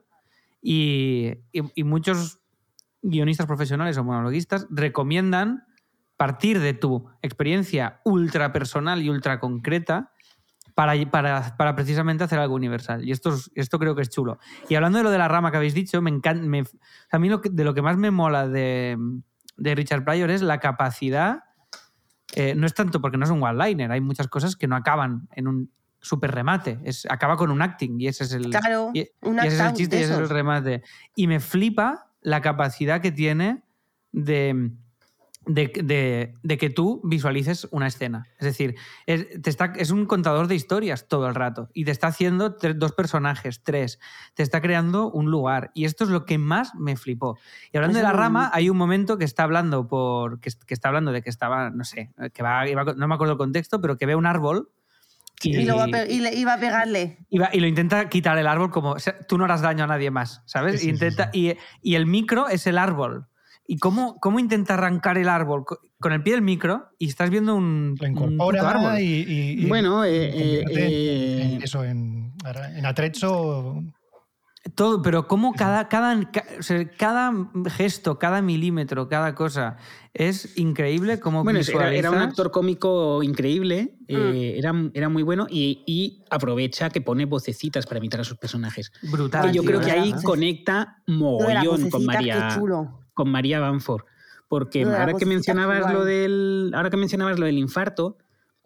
Speaker 1: y, y- y muchos guionistas profesionales o monologuistas recomiendan partir de tu experiencia ultra personal y ultra concreta para, para, para precisamente hacer algo universal. Y esto, es- esto creo que es chulo. Y hablando de lo de la rama que habéis dicho, me encanta. Me, a mí lo que- de lo que más me mola de, de Richard Pryor es la capacidad. eh, no es tanto porque no es un one-liner, hay muchas cosas que no acaban en un super remate. Es, acaba con un acting y ese es el,
Speaker 2: claro,
Speaker 1: y,
Speaker 2: un
Speaker 1: y ese es el
Speaker 2: act-out
Speaker 1: chiste
Speaker 2: de
Speaker 1: y ese es el
Speaker 2: esos.
Speaker 1: remate. Y me flipa la capacidad que tiene de, de, de- de que tú visualices una escena. Es decir, es, te está, es un contador de historias todo el rato y te está haciendo tres- dos personajes, tres. Te está creando un lugar. Y esto es lo que más me flipó. Y hablando
Speaker 2: Eso
Speaker 1: de la
Speaker 2: es muy
Speaker 1: rama,
Speaker 2: bonito.
Speaker 1: hay un momento que está hablando por que, que está hablando de que estaba, no sé, que va, iba- no me acuerdo el contexto, pero que ve un árbol y,
Speaker 2: Y, lo va a pe- y le iba a pegarle.
Speaker 1: y va- y lo intenta quitar el árbol como o sea, tú no harás daño a nadie más, ¿sabes?
Speaker 4: Sí, sí,
Speaker 1: intenta,
Speaker 4: sí,
Speaker 1: Y, y el micro es el árbol. ¿Y cómo, cómo intenta arrancar el árbol? Co- Con el pie del micro y estás viendo un,
Speaker 4: Lo
Speaker 1: un puto
Speaker 4: incorpora
Speaker 1: árbol.
Speaker 4: y, y- y
Speaker 3: Bueno,
Speaker 4: lo
Speaker 3: eh,
Speaker 4: convierte
Speaker 3: eh,
Speaker 4: en, en
Speaker 3: eh,
Speaker 4: eso, en, en atrezzo.
Speaker 1: Todo, pero cómo cada, cada, ca- o sea, cada gesto, cada milímetro, cada cosa es increíble cómo
Speaker 3: Bueno, era, era un
Speaker 1: visualizas.
Speaker 3: actor cómico increíble, eh, era, era muy bueno y, y aprovecha que pone vocecitas para imitar a sus personajes.
Speaker 1: brutal.
Speaker 3: Que yo
Speaker 1: tío,
Speaker 3: creo
Speaker 1: ¿eh?
Speaker 3: que ahí
Speaker 2: ¿verdad?
Speaker 3: conecta
Speaker 2: Lo de las
Speaker 3: mogollón con
Speaker 2: vocecitas, qué
Speaker 3: María,
Speaker 2: chulo.
Speaker 3: con María Bamford. Porque
Speaker 2: Lo de las
Speaker 3: ahora que
Speaker 2: vocecitas, qué
Speaker 3: mencionabas lo
Speaker 2: guay.
Speaker 3: del. Ahora que mencionabas lo del infarto,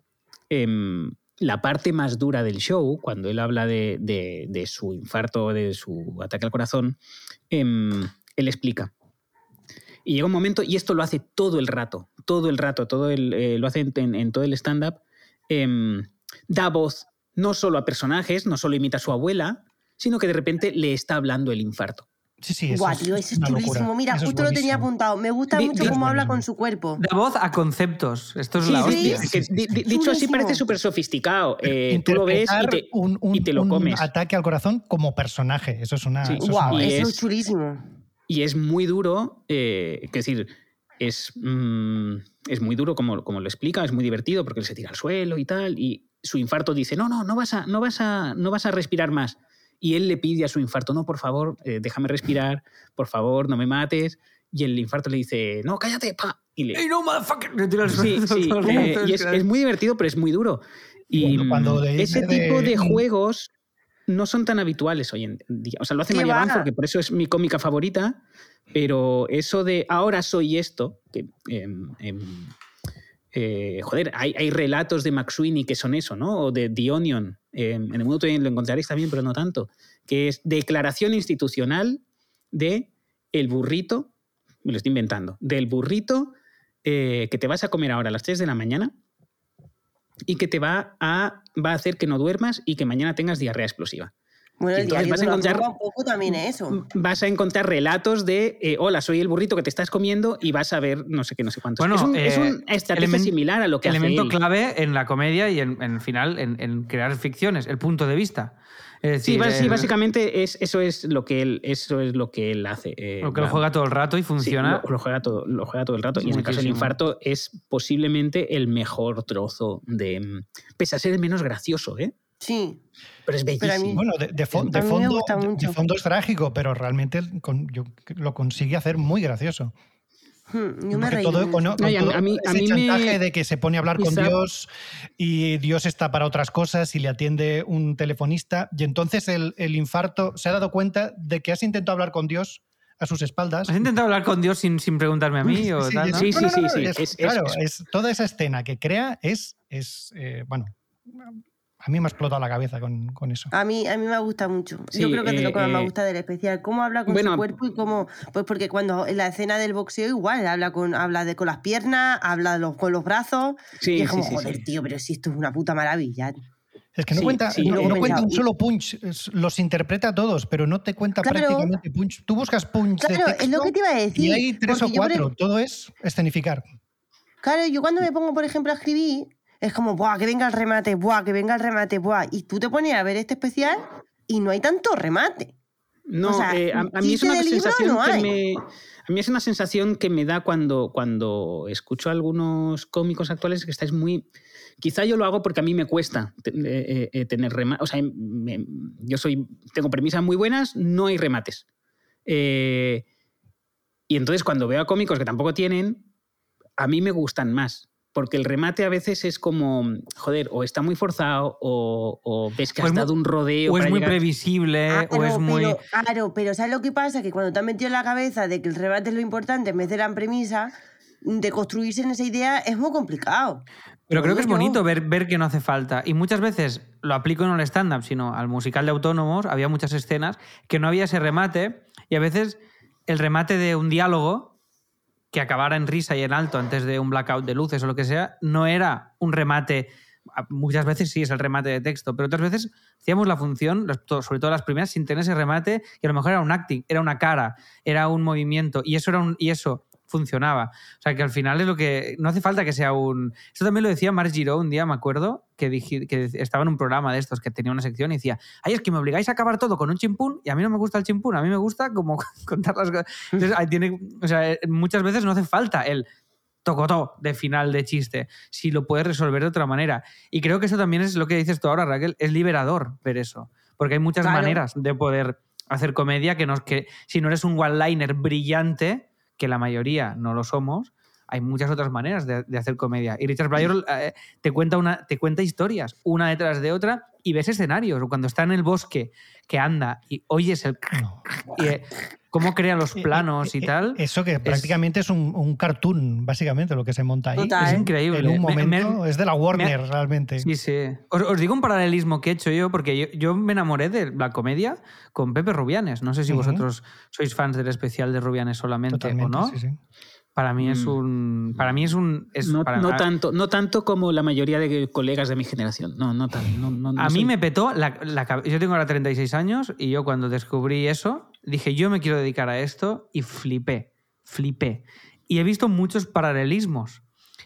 Speaker 3: em, la parte más dura del show, cuando él habla de, de- de su infarto, de su ataque al corazón, em, él explica. Y llega un momento, y esto lo hace todo el rato, todo el rato, todo el, eh, lo hace en, en- en todo el stand-up, em, da voz no solo a personajes, no solo imita a su abuela, sino que de repente le está hablando el infarto.
Speaker 4: Sí, sí, eso
Speaker 2: Guau,
Speaker 4: es
Speaker 2: tío, eso es
Speaker 4: una
Speaker 2: chulísimo.
Speaker 4: locura.
Speaker 2: Mira,
Speaker 4: Eso es
Speaker 2: justo lo tenía
Speaker 4: buenísimo.
Speaker 2: apuntado. Me gusta
Speaker 3: Di-
Speaker 2: mucho
Speaker 3: di-
Speaker 2: cómo habla
Speaker 4: buenísimo.
Speaker 2: con su cuerpo.
Speaker 1: Da voz a conceptos. Esto es
Speaker 3: Sí,
Speaker 1: la
Speaker 3: sí,
Speaker 1: hostia.
Speaker 3: sí, que
Speaker 4: Sí, sí,
Speaker 3: di-
Speaker 4: sí.
Speaker 3: di- dicho así
Speaker 2: Chulísimo.
Speaker 3: parece súper sofisticado. Eh, tú lo ves y
Speaker 4: Interpretar
Speaker 3: te,
Speaker 4: un, un-
Speaker 3: y te lo
Speaker 4: un
Speaker 3: comes.
Speaker 4: ataque al corazón como personaje. Eso es una.
Speaker 3: Sí.
Speaker 4: eso es
Speaker 2: Guau,
Speaker 4: una-
Speaker 3: Y
Speaker 2: eso es
Speaker 3: es-
Speaker 2: chulísimo.
Speaker 3: Y es muy duro, eh, es decir, es, mm, es muy duro como, como lo explica, es muy divertido porque él se tira al suelo y tal, y su infarto dice, no, no, no vas a, no vas a, no vas a respirar más. Y él le pide a su infarto, no, por favor, eh, déjame respirar, por favor, no me mates. Y el infarto le dice, no, cállate, pa. Y le,
Speaker 1: ¡Ey, no, motherfucker! Le tira al
Speaker 3: sí,
Speaker 1: suelo
Speaker 3: sí,
Speaker 1: todo el
Speaker 3: eh,
Speaker 1: rato,
Speaker 3: y es,
Speaker 1: que-
Speaker 3: es muy divertido, pero es muy duro. Y
Speaker 4: Cuando- cuando
Speaker 3: mm,
Speaker 4: de-
Speaker 3: ese
Speaker 4: de-
Speaker 3: tipo de
Speaker 4: de-
Speaker 3: juegos no son tan habituales hoy en día. O sea, lo hace
Speaker 2: ¿Qué
Speaker 3: María
Speaker 2: va?
Speaker 3: Bamford, que por eso es mi cómica favorita, pero eso de ahora soy esto, que em, em, eh, joder, hay, hay relatos de McSweeney que son eso, ¿no? O de The Onion, em, en el mundo también lo encontraréis también, pero no tanto, que es declaración institucional de el burrito, me lo estoy inventando, del burrito eh, que te vas a comer ahora a las tres de la mañana y que te va a, va a hacer que no duermas y que mañana tengas diarrea explosiva.
Speaker 2: Bueno, el
Speaker 3: Entonces
Speaker 2: diario
Speaker 3: vas
Speaker 2: de
Speaker 3: a
Speaker 2: una
Speaker 3: encontrar,
Speaker 2: bruja un poco también es eso.
Speaker 3: vas a encontrar relatos de eh, hola, soy el burrito que te estás comiendo y vas a ver no sé qué, no sé cuántos.
Speaker 1: Bueno,
Speaker 3: es, un,
Speaker 1: eh,
Speaker 3: es una estrategia
Speaker 1: element-
Speaker 3: similar a lo que hace
Speaker 1: elemento
Speaker 3: él.
Speaker 1: clave en la comedia y en, en el final en, en crear ficciones, el punto de vista. Es
Speaker 3: Sí,
Speaker 1: decir,
Speaker 3: bas- sí,
Speaker 1: el-
Speaker 3: básicamente es, eso, es lo que él, eso es lo que él hace. eh,
Speaker 1: lo que él
Speaker 3: va-
Speaker 1: juega todo el rato y
Speaker 3: sí,
Speaker 1: funciona.
Speaker 3: lo, lo juega todo, lo juega todo el rato. Y en el caso del
Speaker 1: Muchísimo.
Speaker 3: infarto es posiblemente el mejor trozo de... Pese a ser el menos gracioso, ¿eh?
Speaker 2: Sí.
Speaker 3: Pero es
Speaker 2: Pero a mí-
Speaker 3: bellísimo.
Speaker 4: Bueno, de, de fo-
Speaker 2: A
Speaker 4: de
Speaker 2: mí me
Speaker 4: fondo,
Speaker 2: gusta
Speaker 4: de- de
Speaker 2: mucho.
Speaker 4: fondo es trágico, pero realmente con- yo, lo consigue hacer muy gracioso.
Speaker 2: Hmm, yo me
Speaker 4: Porque
Speaker 2: reí
Speaker 4: todo,
Speaker 2: mucho.
Speaker 4: con,
Speaker 3: No,
Speaker 4: con
Speaker 3: y a-
Speaker 4: todo
Speaker 3: a mí- a
Speaker 4: ese
Speaker 3: mí
Speaker 4: chantaje
Speaker 3: me-
Speaker 4: de que se pone a hablar con
Speaker 3: quizá-
Speaker 4: Dios y Dios está para otras cosas y le atiende un telefonista y entonces el, el infarto se ha dado cuenta de que has intentado hablar con Dios a sus espaldas.
Speaker 1: ¿Has intentado hablar con Dios sin, sin preguntarme a mí o
Speaker 4: Sí,
Speaker 1: tal,
Speaker 4: es-
Speaker 1: no?
Speaker 3: Sí,
Speaker 4: no, no,
Speaker 3: sí,
Speaker 4: no,
Speaker 3: sí,
Speaker 4: es-
Speaker 3: sí. Es- es-
Speaker 4: claro,
Speaker 3: es-
Speaker 4: es, toda esa escena que crea es, es eh, bueno, a mí me ha explotado la cabeza con, con eso.
Speaker 2: A mí, a mí me gusta mucho.
Speaker 3: Sí,
Speaker 2: Yo creo que es de lo que más
Speaker 3: eh,
Speaker 2: me
Speaker 3: eh,
Speaker 2: gusta del especial. Cómo habla con
Speaker 3: bueno,
Speaker 2: su cuerpo y cómo... Pues porque cuando en la escena del boxeo igual, habla con, habla de, con las piernas, habla de los, con los brazos.
Speaker 3: Sí,
Speaker 2: y es como,
Speaker 3: sí, sí,
Speaker 2: joder,
Speaker 3: sí.
Speaker 2: tío, pero si esto es una puta maravilla.
Speaker 4: Es que no
Speaker 3: Sí,
Speaker 4: cuenta,
Speaker 3: sí,
Speaker 4: no,
Speaker 2: luego
Speaker 4: no
Speaker 2: he
Speaker 4: cuenta
Speaker 2: pensado,
Speaker 4: un solo punch, es- los interpreta a todos, pero no te cuenta
Speaker 2: Claro.
Speaker 4: prácticamente punch. Tú buscas punch
Speaker 2: Claro,
Speaker 4: de
Speaker 2: es
Speaker 4: texto
Speaker 2: lo que te iba a decir.
Speaker 4: y hay tres o
Speaker 2: porque yo, por
Speaker 4: cuatro,
Speaker 2: ej-
Speaker 4: todo es escenificar.
Speaker 2: Claro, yo cuando me pongo, por ejemplo, a escribir, es como, buah, que venga el remate, buah, que venga el remate, buah. Y tú te pones a ver este especial y no hay tanto remate.
Speaker 3: No,
Speaker 2: O sea,
Speaker 3: eh, a, a mí es
Speaker 2: chiste
Speaker 3: una
Speaker 2: de libro
Speaker 3: sensación
Speaker 2: no
Speaker 3: que
Speaker 2: hay.
Speaker 3: me. A mí es una sensación que me da cuando, cuando escucho a algunos cómicos actuales que estáis muy. Quizá yo lo hago porque a mí me cuesta te- eh, eh, tener remates. O sea, me- yo soy, tengo premisas muy buenas, no hay remates. Eh, y entonces cuando veo a cómicos que tampoco tienen, a mí me gustan más. Porque el remate a veces es como, joder, o está muy forzado o, o ves que
Speaker 1: O
Speaker 3: has
Speaker 1: es muy-
Speaker 3: dado un rodeo.
Speaker 1: O es
Speaker 3: para
Speaker 1: muy
Speaker 3: llegar-
Speaker 1: previsible, o
Speaker 2: Claro,
Speaker 1: es muy...
Speaker 2: pero, claro, pero ¿sabes lo que pasa? Que cuando te has metido en la cabeza de que el remate es lo importante en vez de la premisa, de construirse en esa idea es muy complicado.
Speaker 1: Pero
Speaker 2: Lo
Speaker 1: creo que es
Speaker 2: digo yo.
Speaker 1: bonito ver, ver que no hace falta. Y muchas veces lo aplico no al stand-up, sino al musical de Autónomos. Había muchas escenas que no había ese remate y a veces el remate de un diálogo que acabara en risa y en alto antes de un blackout de luces o lo que sea, no era un remate. Muchas veces sí es el remate de texto, pero otras veces hacíamos la función, sobre todo las primeras, sin tener ese remate y a lo mejor era un acting, era una cara, era un movimiento y eso era un, y eso funcionaba. O sea, que al final es lo que... No hace falta que sea un... Esto también lo decía Marc Giró un día, me acuerdo, que, dije, que estaba en un programa de estos que tenía una sección y decía, ay, es que me obligáis a acabar todo con un chimpún y a mí no me gusta el chimpún, a mí me gusta como contar las cosas. Entonces, ahí tiene, o sea, muchas veces no hace falta el tocotó de final de chiste, si lo puedes resolver de otra manera. Y creo que eso también es lo que dices tú ahora, Raquel, es liberador ver eso, porque hay muchas
Speaker 2: Claro.
Speaker 1: maneras de poder hacer comedia que, nos, que si no eres un one-liner brillante, que la mayoría no lo somos, hay muchas otras maneras de, de hacer comedia. Y Richard Pryor eh, te, cuenta una, te cuenta historias, una detrás de otra, y ves escenarios. Cuando está en el bosque, que anda, y oyes el...
Speaker 4: No.
Speaker 1: Y, eh, cómo crea los planos y tal.
Speaker 4: Eso que prácticamente es un, un cartoon, básicamente, lo que se monta ahí.
Speaker 2: Total.
Speaker 1: Es increíble.
Speaker 4: En un
Speaker 1: Me-
Speaker 4: momento
Speaker 1: me-
Speaker 4: es de la Warner,
Speaker 1: me-
Speaker 4: realmente.
Speaker 1: Sí, sí. Os, os digo un paralelismo que he hecho yo, porque yo, yo me enamoré de la comedia con Pepe Rubianes. No sé si
Speaker 4: Ujú.
Speaker 1: vosotros sois fans del especial de Rubianes solamente
Speaker 4: Totalmente,
Speaker 1: o no.
Speaker 4: sí, sí.
Speaker 1: Para mí es
Speaker 3: Mm.
Speaker 1: un... Para mí es un... es
Speaker 3: No,
Speaker 1: para-
Speaker 3: no
Speaker 1: a-
Speaker 3: tanto, no tanto como la mayoría de colegas de mi generación. No, no tanto. No, no, no
Speaker 1: A mí
Speaker 3: soy-
Speaker 1: me petó la, la cabe- Yo tengo ahora treinta y seis años y yo cuando descubrí eso dije yo me quiero dedicar a esto y flipé, flipé. Y he visto muchos paralelismos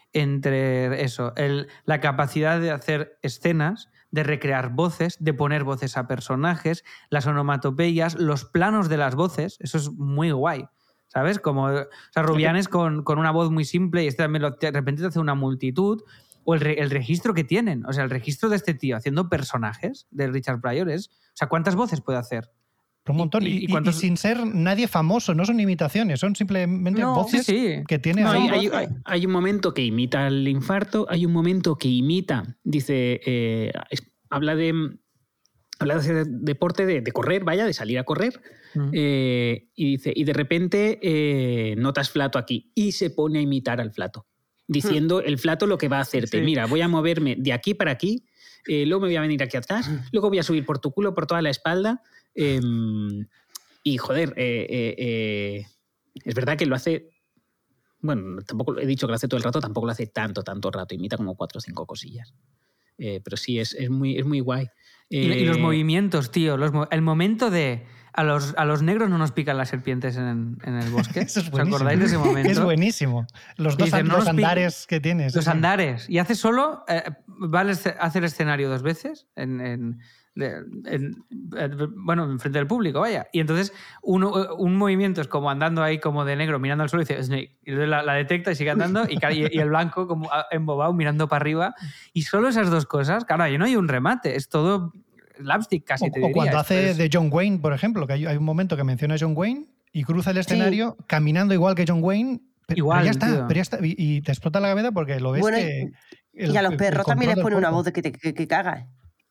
Speaker 1: entre eso, el, la capacidad de hacer escenas, de recrear voces, de poner voces a personajes, las onomatopeyas, los planos de las voces, eso es muy guay. ¿Sabes? Como, o sea, Rubianes con, con una voz muy simple y este también lo, de repente te hace una multitud. O el, re, el registro que tienen. O sea, el registro de este tío haciendo personajes de Richard Pryor es... O sea, ¿cuántas voces puede hacer?
Speaker 4: Un montón.
Speaker 1: Y-
Speaker 4: Y,
Speaker 1: y
Speaker 4: y-
Speaker 1: cuántos-
Speaker 4: y sin ser nadie famoso, no son imitaciones, son simplemente
Speaker 2: No,
Speaker 4: voces
Speaker 1: sí, sí.
Speaker 4: que tiene
Speaker 3: No,
Speaker 4: ahí.
Speaker 3: hay, hay-
Speaker 2: voces.
Speaker 3: hay un momento que imita el infarto, hay un momento que imita, dice, eh, es- habla de habla de hacer deporte, de, de correr, vaya, de salir a correr,
Speaker 1: Mm.
Speaker 3: eh, y dice, y de repente eh, notas flato aquí, y se pone a imitar al flato, diciendo el flato lo que va a hacerte.
Speaker 1: Sí.
Speaker 3: Mira, voy a moverme de aquí para aquí, eh, luego me voy a venir aquí atrás, luego voy a subir por tu culo, por toda la espalda, eh, y joder, eh, eh, eh, es verdad que lo hace Bueno, tampoco he dicho que lo hace todo el rato, tampoco lo hace tanto, tanto rato. Imita como cuatro o cinco cosillas. Eh, pero sí, es, es, muy, es muy guay.
Speaker 1: Y,
Speaker 3: Eh,
Speaker 1: y los movimientos, tío. Los, el momento de... A los, a los negros no nos pican las serpientes en, en el bosque.
Speaker 4: Eso es
Speaker 1: ¿Os
Speaker 4: buenísimo.
Speaker 1: acordáis de ese momento?
Speaker 4: Es buenísimo. Los dos,
Speaker 1: Dice, no
Speaker 4: los
Speaker 1: nos pi-
Speaker 4: andares que tienes.
Speaker 1: Los
Speaker 4: sí.
Speaker 1: andares. Y hace solo... Eh, va a hacer escenario dos veces en... en De, en, en, bueno, enfrente del público, vaya. Y entonces uno, un movimiento es como andando ahí como de negro mirando al suelo y dice Snake. Y entonces la, la detecta y sigue andando y, y el blanco como embobado mirando para arriba. Y solo esas dos cosas, claro, ahí no hay un remate, es todo slapstick casi,
Speaker 4: O,
Speaker 1: te
Speaker 4: o
Speaker 1: diría.
Speaker 4: cuando hace
Speaker 1: es,
Speaker 4: de John Wayne, por ejemplo, que hay, hay un momento que menciona a John Wayne y cruza el escenario sí. caminando igual que John Wayne. Pero,
Speaker 1: igual,
Speaker 4: pero ya está,
Speaker 1: tío.
Speaker 4: pero ya está. Y, y te explota la cabeza porque lo ves
Speaker 2: bueno,
Speaker 4: que...
Speaker 2: Y, el, y a los perros también les pone una voz de que te que, que cagas.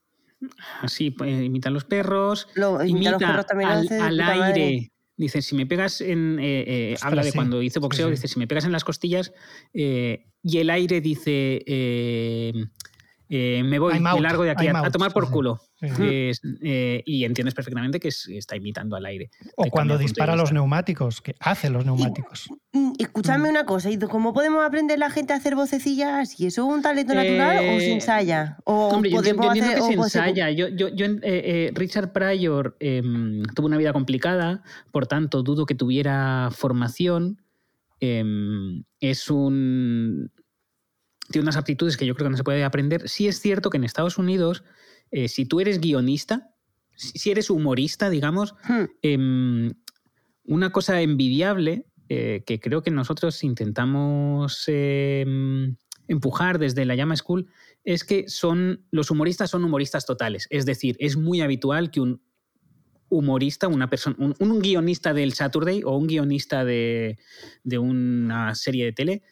Speaker 3: Sí, pues, imitan los perros,
Speaker 2: Lo,
Speaker 3: imita
Speaker 2: los perros también
Speaker 3: al, al aire.
Speaker 2: Madre.
Speaker 3: Dice, si me pegas en... Eh, eh,
Speaker 4: Ostras,
Speaker 3: habla de
Speaker 4: sí.
Speaker 3: cuando hice boxeo,
Speaker 4: sí, sí.
Speaker 3: dice, si me pegas en las costillas eh, y el aire dice, eh, eh, me voy,
Speaker 4: I'm
Speaker 3: me
Speaker 4: out,
Speaker 3: largo de aquí a,
Speaker 4: I'm
Speaker 3: a
Speaker 4: out.
Speaker 3: tomar por
Speaker 4: Sí,
Speaker 3: culo.
Speaker 4: sí, sí.
Speaker 3: Es, eh, y entiendes perfectamente que es, está imitando al aire.
Speaker 4: O
Speaker 3: Te
Speaker 4: cuando
Speaker 3: cambia el punto de
Speaker 4: dispara
Speaker 3: vista.
Speaker 4: los neumáticos, que hace los neumáticos.
Speaker 2: Y, escuchadme
Speaker 4: Mm.
Speaker 2: una cosa, ¿cómo podemos aprender la gente a hacer vocecillas? ¿Y eso es un talento natural
Speaker 3: Eh,
Speaker 2: o se ensaya? ¿O
Speaker 3: Hombre, yo
Speaker 2: podemos
Speaker 3: entiendo
Speaker 2: hacer,
Speaker 3: que
Speaker 2: o
Speaker 3: se
Speaker 2: puede ser-
Speaker 3: ensaya. Yo, yo, yo, eh, eh, Richard Pryor eh, tuvo una vida complicada, por tanto, dudo que tuviera formación. Eh, es un... Tiene unas aptitudes que yo creo que no se puede aprender. Sí es cierto que en Estados Unidos, eh, si tú eres guionista, si si eres humorista, digamos,
Speaker 2: Hmm.
Speaker 3: eh, una cosa envidiable eh, que creo que nosotros intentamos eh, empujar desde la Llama School es que son, los humoristas son humoristas totales. Es decir, es muy habitual que un humorista, una persona, un, un guionista del Saturday o un guionista de, de una serie de tele,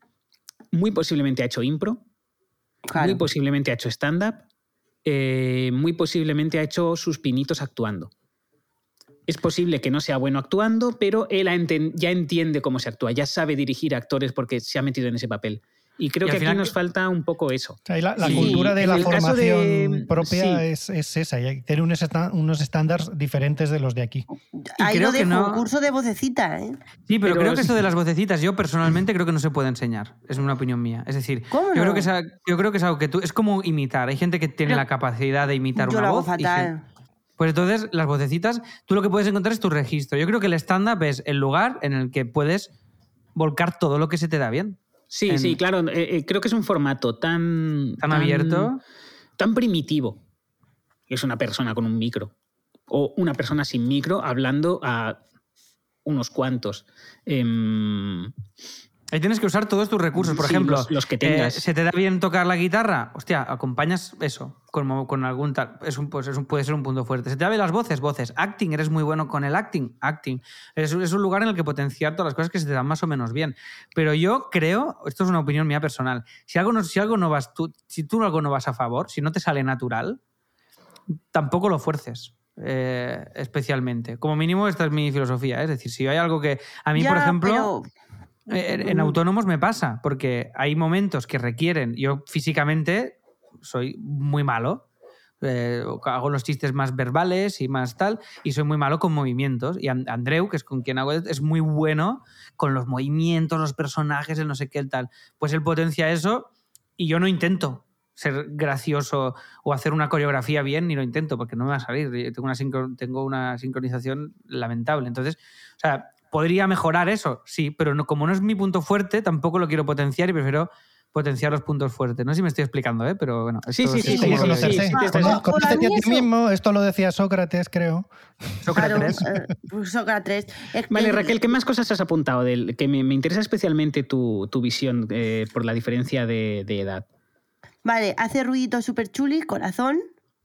Speaker 3: muy posiblemente ha hecho impro,
Speaker 2: Claro.
Speaker 3: muy posiblemente ha hecho stand-up, eh, muy posiblemente ha hecho sus pinitos actuando. Es posible que no sea bueno actuando, pero él ha enten- ya entiende cómo se actúa, ya sabe dirigir actores porque se ha metido en ese papel. Y creo
Speaker 1: Y al
Speaker 3: que aquí
Speaker 1: final
Speaker 3: nos
Speaker 1: que-
Speaker 3: falta un poco eso.
Speaker 4: O sea, y la, la
Speaker 3: Sí,
Speaker 4: cultura de
Speaker 3: en
Speaker 4: la
Speaker 3: el caso
Speaker 4: formación
Speaker 3: de-
Speaker 4: propia
Speaker 3: sí.
Speaker 4: es, es esa. Y hay- tiene unos, esta- unos estándares diferentes de los de aquí.
Speaker 2: Ahí
Speaker 1: creo
Speaker 2: lo
Speaker 1: que
Speaker 2: dejo,
Speaker 1: no-
Speaker 2: un curso de vocecita, ¿eh?
Speaker 1: Sí, pero,
Speaker 3: Pero
Speaker 1: creo que
Speaker 3: sí.
Speaker 1: esto de las vocecitas, yo personalmente creo que no se puede enseñar. Es una opinión mía. Es decir,
Speaker 2: ¿Cómo
Speaker 1: yo,
Speaker 2: no?
Speaker 1: creo que es, a- yo creo que es algo que tú. Es como imitar. Hay gente que tiene
Speaker 2: Yo-
Speaker 1: la capacidad de imitar
Speaker 2: Yo
Speaker 1: una
Speaker 2: lo hago
Speaker 1: voz. y
Speaker 2: fatal.
Speaker 1: gen- Pues entonces, las vocecitas, tú lo que puedes encontrar es tu registro. Yo creo que el stand-up es el lugar en el que puedes volcar todo lo que se te da bien.
Speaker 3: Sí,
Speaker 1: En-
Speaker 3: sí, claro. eh, eh, creo que es un formato tan...
Speaker 1: Tan abierto.
Speaker 3: Tan primitivo. Es una persona con un micro. O una persona sin micro hablando a unos cuantos. Em,
Speaker 1: Ahí tienes que usar todos tus recursos. Por
Speaker 3: Sí,
Speaker 1: ejemplo,
Speaker 3: los- los que
Speaker 1: eh,
Speaker 3: tengas.
Speaker 1: ¿se te da bien tocar la guitarra? Hostia, acompañas eso con, con algún tal. Es un, pues es un, puede ser un punto fuerte. ¿Se te da bien las voces? Voces. Acting, eres muy bueno con el acting. Acting. Es, es un lugar en el que potenciar todas las cosas que se te dan más o menos bien. Pero yo creo, esto es una opinión mía personal, si algo no, si algo no vas tú, si tú algo no vas a favor, si no te sale natural, tampoco lo fuerces. eh, especialmente. Como mínimo, esta es mi filosofía. ¿eh? Es decir, si hay algo que. A mí,
Speaker 2: Ya,
Speaker 1: por ejemplo.
Speaker 2: pero-
Speaker 1: En, en autónomos me pasa, porque hay momentos que requieren. Yo físicamente soy muy malo. eh, hago los chistes más verbales y más tal, y soy muy malo con movimientos. Y And- Andreu, que es con quien hago, es muy bueno con los movimientos, los personajes, el no sé qué, el tal. Pues él potencia eso y yo no intento ser gracioso o hacer una coreografía bien, ni lo intento, porque no me va a salir. Yo Tengo una, sincro- tengo una sincronización lamentable. Entonces, o sea, ¿podría mejorar eso? Sí, pero no, como no es mi punto fuerte, tampoco lo quiero potenciar y prefiero potenciar los puntos fuertes. No sé si me estoy explicando, ¿eh? Pero bueno.
Speaker 3: Sí,
Speaker 1: esto
Speaker 3: sí,
Speaker 1: es
Speaker 3: sí,
Speaker 4: Es
Speaker 1: como
Speaker 4: como
Speaker 3: sí,
Speaker 1: lo
Speaker 3: sí,
Speaker 1: veo.
Speaker 4: conocerse.
Speaker 3: sí, te-
Speaker 4: Cono-
Speaker 2: Para
Speaker 4: Conócete a
Speaker 2: mí
Speaker 4: ti
Speaker 2: eso-
Speaker 4: mismo. Esto lo decía Sócrates, creo.
Speaker 1: Sócrates.
Speaker 2: Claro, eh, pues Sócrates. Es que-
Speaker 3: Vale, Raquel, ¿qué más cosas has apuntado? Del, que me, me interesa especialmente tu, tu visión eh, por la diferencia de, de edad.
Speaker 2: Vale, hace ruiditos súper chulis, corazón.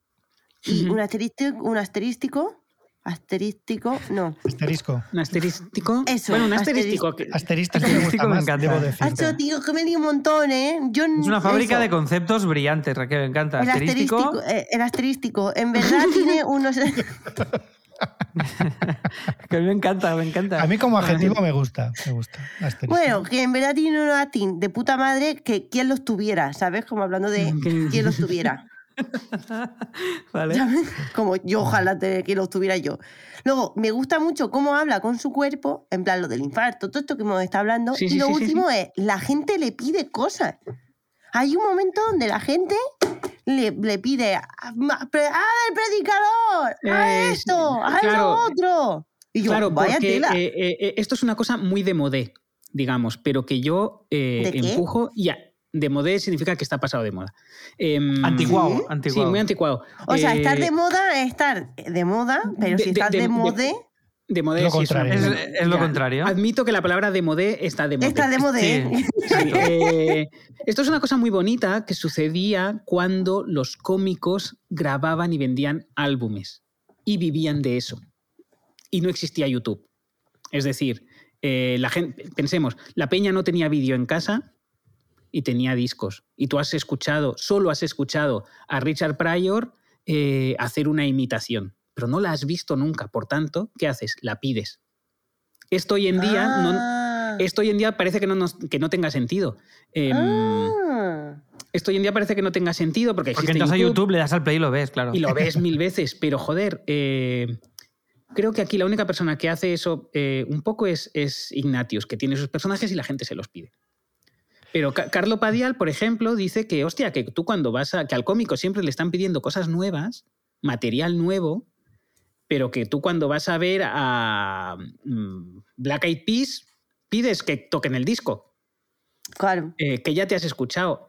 Speaker 2: Y
Speaker 3: Ujú.
Speaker 2: un asterístico, un asterístico. Asterístico, no.
Speaker 4: Asterisco.
Speaker 3: ¿Un asterístico?
Speaker 2: Eso,
Speaker 3: Bueno, un asterístico. que-
Speaker 4: Asterístico me
Speaker 1: Asterístico
Speaker 4: gusta
Speaker 1: me
Speaker 4: más,
Speaker 1: encanta.
Speaker 4: debo
Speaker 2: Hacho,
Speaker 4: decirte.
Speaker 2: tío, que me di un montón, ¿eh? Yo,
Speaker 1: Es una fábrica
Speaker 2: eso.
Speaker 1: de conceptos brillantes, Raquel, me encanta.
Speaker 2: El
Speaker 1: Asterístico.
Speaker 2: asterístico, eh, el asterístico. En verdad tiene unos.
Speaker 1: Que a mí me encanta, me encanta.
Speaker 4: A mí como adjetivo me gusta. Me gusta. Asterisco.
Speaker 2: Bueno, que en verdad tiene unos acting de puta madre que quien los tuviera, ¿sabes? Como hablando de
Speaker 3: Que-
Speaker 2: quién los tuviera.
Speaker 1: Vale.
Speaker 2: Como yo ojalá te- que lo tuviera yo. Luego, me gusta mucho cómo habla con su cuerpo, en plan lo del infarto, todo esto que hemos estado hablando.
Speaker 3: Sí,
Speaker 2: y
Speaker 3: sí,
Speaker 2: lo
Speaker 3: sí, sí,
Speaker 2: último es, la gente le pide cosas. Hay un momento donde la gente le, le pide, ¡haz el predicador! ¡Haz
Speaker 3: Eh,
Speaker 2: esto! ¡Haz
Speaker 3: claro,
Speaker 2: lo otro! Y yo,
Speaker 3: Claro,
Speaker 2: vaya
Speaker 3: porque
Speaker 2: tela.
Speaker 3: eh, eh, esto es una cosa muy de modé, digamos, pero que yo eh,
Speaker 2: ¿De qué?
Speaker 3: empujo ya. De modé significa que está pasado de moda. Em,
Speaker 1: Anticuado,
Speaker 2: ¿Sí?
Speaker 1: anticuado.
Speaker 3: Sí, muy anticuado.
Speaker 2: O sea, estar
Speaker 3: Eh,
Speaker 2: de moda es estar de moda, pero
Speaker 3: de-
Speaker 2: si
Speaker 3: de-
Speaker 2: estás de,
Speaker 3: de-
Speaker 2: modé,
Speaker 3: de modé
Speaker 4: Lo
Speaker 3: sí es una-
Speaker 4: contrario.
Speaker 1: Es,
Speaker 3: bueno,
Speaker 1: es lo
Speaker 3: ya,
Speaker 1: contrario.
Speaker 3: Admito que la palabra de modé está de modé.
Speaker 2: estás de modé.
Speaker 1: Sí.
Speaker 3: Sí, eh, esto es una cosa muy bonita que sucedía cuando los cómicos grababan y vendían álbumes y vivían de eso. Y no existía YouTube. Es decir, eh, la gente, pensemos, la peña no tenía vídeo en casa y tenía discos. Y tú has escuchado, solo has escuchado a Richard Pryor eh, hacer una imitación, pero no la has visto nunca. Por tanto, ¿qué haces? La pides. Esto hoy en día, no,
Speaker 2: Ah.
Speaker 3: esto hoy en día parece que no, nos- que no tenga sentido. Eh,
Speaker 2: Ah.
Speaker 3: Esto hoy en día parece que no tenga sentido porque
Speaker 1: Porque
Speaker 3: existe
Speaker 1: entras
Speaker 3: YouTube,
Speaker 1: a YouTube, le das al play y lo ves, claro.
Speaker 3: y lo ves mil veces, pero joder, eh, creo que aquí la única persona que hace eso eh, un poco es, es Ignatius, que tiene sus personajes y la gente se los pide. Pero Ca- Carlo Padial, por ejemplo, dice que, hostia, que tú cuando vas a... que al cómico siempre le están pidiendo cosas nuevas, material nuevo, pero que tú cuando vas a ver a mm, Black Eyed Peas, pides que toquen el disco,
Speaker 2: Claro.
Speaker 3: eh, que ya te has escuchado.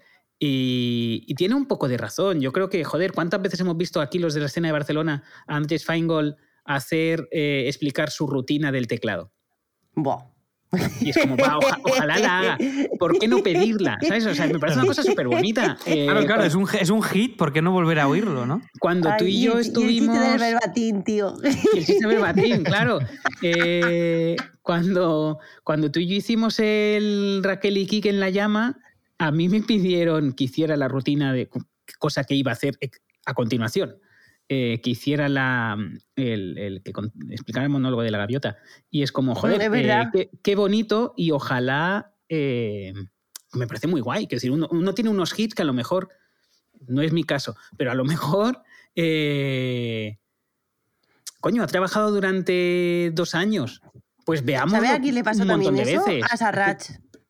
Speaker 3: Y, y tiene un poco de razón. Yo creo que, joder, ¿cuántas veces hemos visto aquí los de la escena de Barcelona a Andrés Feingold hacer, eh, explicar su rutina del teclado?
Speaker 2: Buah.
Speaker 3: Y es como, va, oja- ojalá la haga. ¿Por qué no pedirla? ¿Sabes? O sea, me parece una cosa súper bonita. Eh,
Speaker 1: Claro, claro,
Speaker 3: cuando,
Speaker 1: es un, es un hit, ¿por qué no volver a oírlo, no?
Speaker 3: cuando tú
Speaker 2: Ay,
Speaker 3: y yo
Speaker 2: el,
Speaker 3: estuvimos...
Speaker 2: Y el chiste del verbatim, tío.
Speaker 3: Y el chiste verbatim, claro. Eh, cuando, cuando tú y yo hicimos el Raquel y Kike en la llama, a mí me pidieron que hiciera la rutina de cosa que iba a hacer a continuación. Eh, que hiciera la, el, el que con, explicara el monólogo de la gaviota. Y es como, joder,
Speaker 2: Es verdad.
Speaker 3: eh, qué, qué bonito y ojalá... eh, me parece muy guay. Quiero decir, uno, uno tiene unos hits que a lo mejor... No es mi caso, pero a lo mejor... Eh, coño, ha trabajado durante dos años. Pues veamos
Speaker 2: ¿Sabes a quién le pasó
Speaker 3: un montón
Speaker 2: también
Speaker 3: de
Speaker 2: eso?
Speaker 3: veces.
Speaker 2: A Sarrach.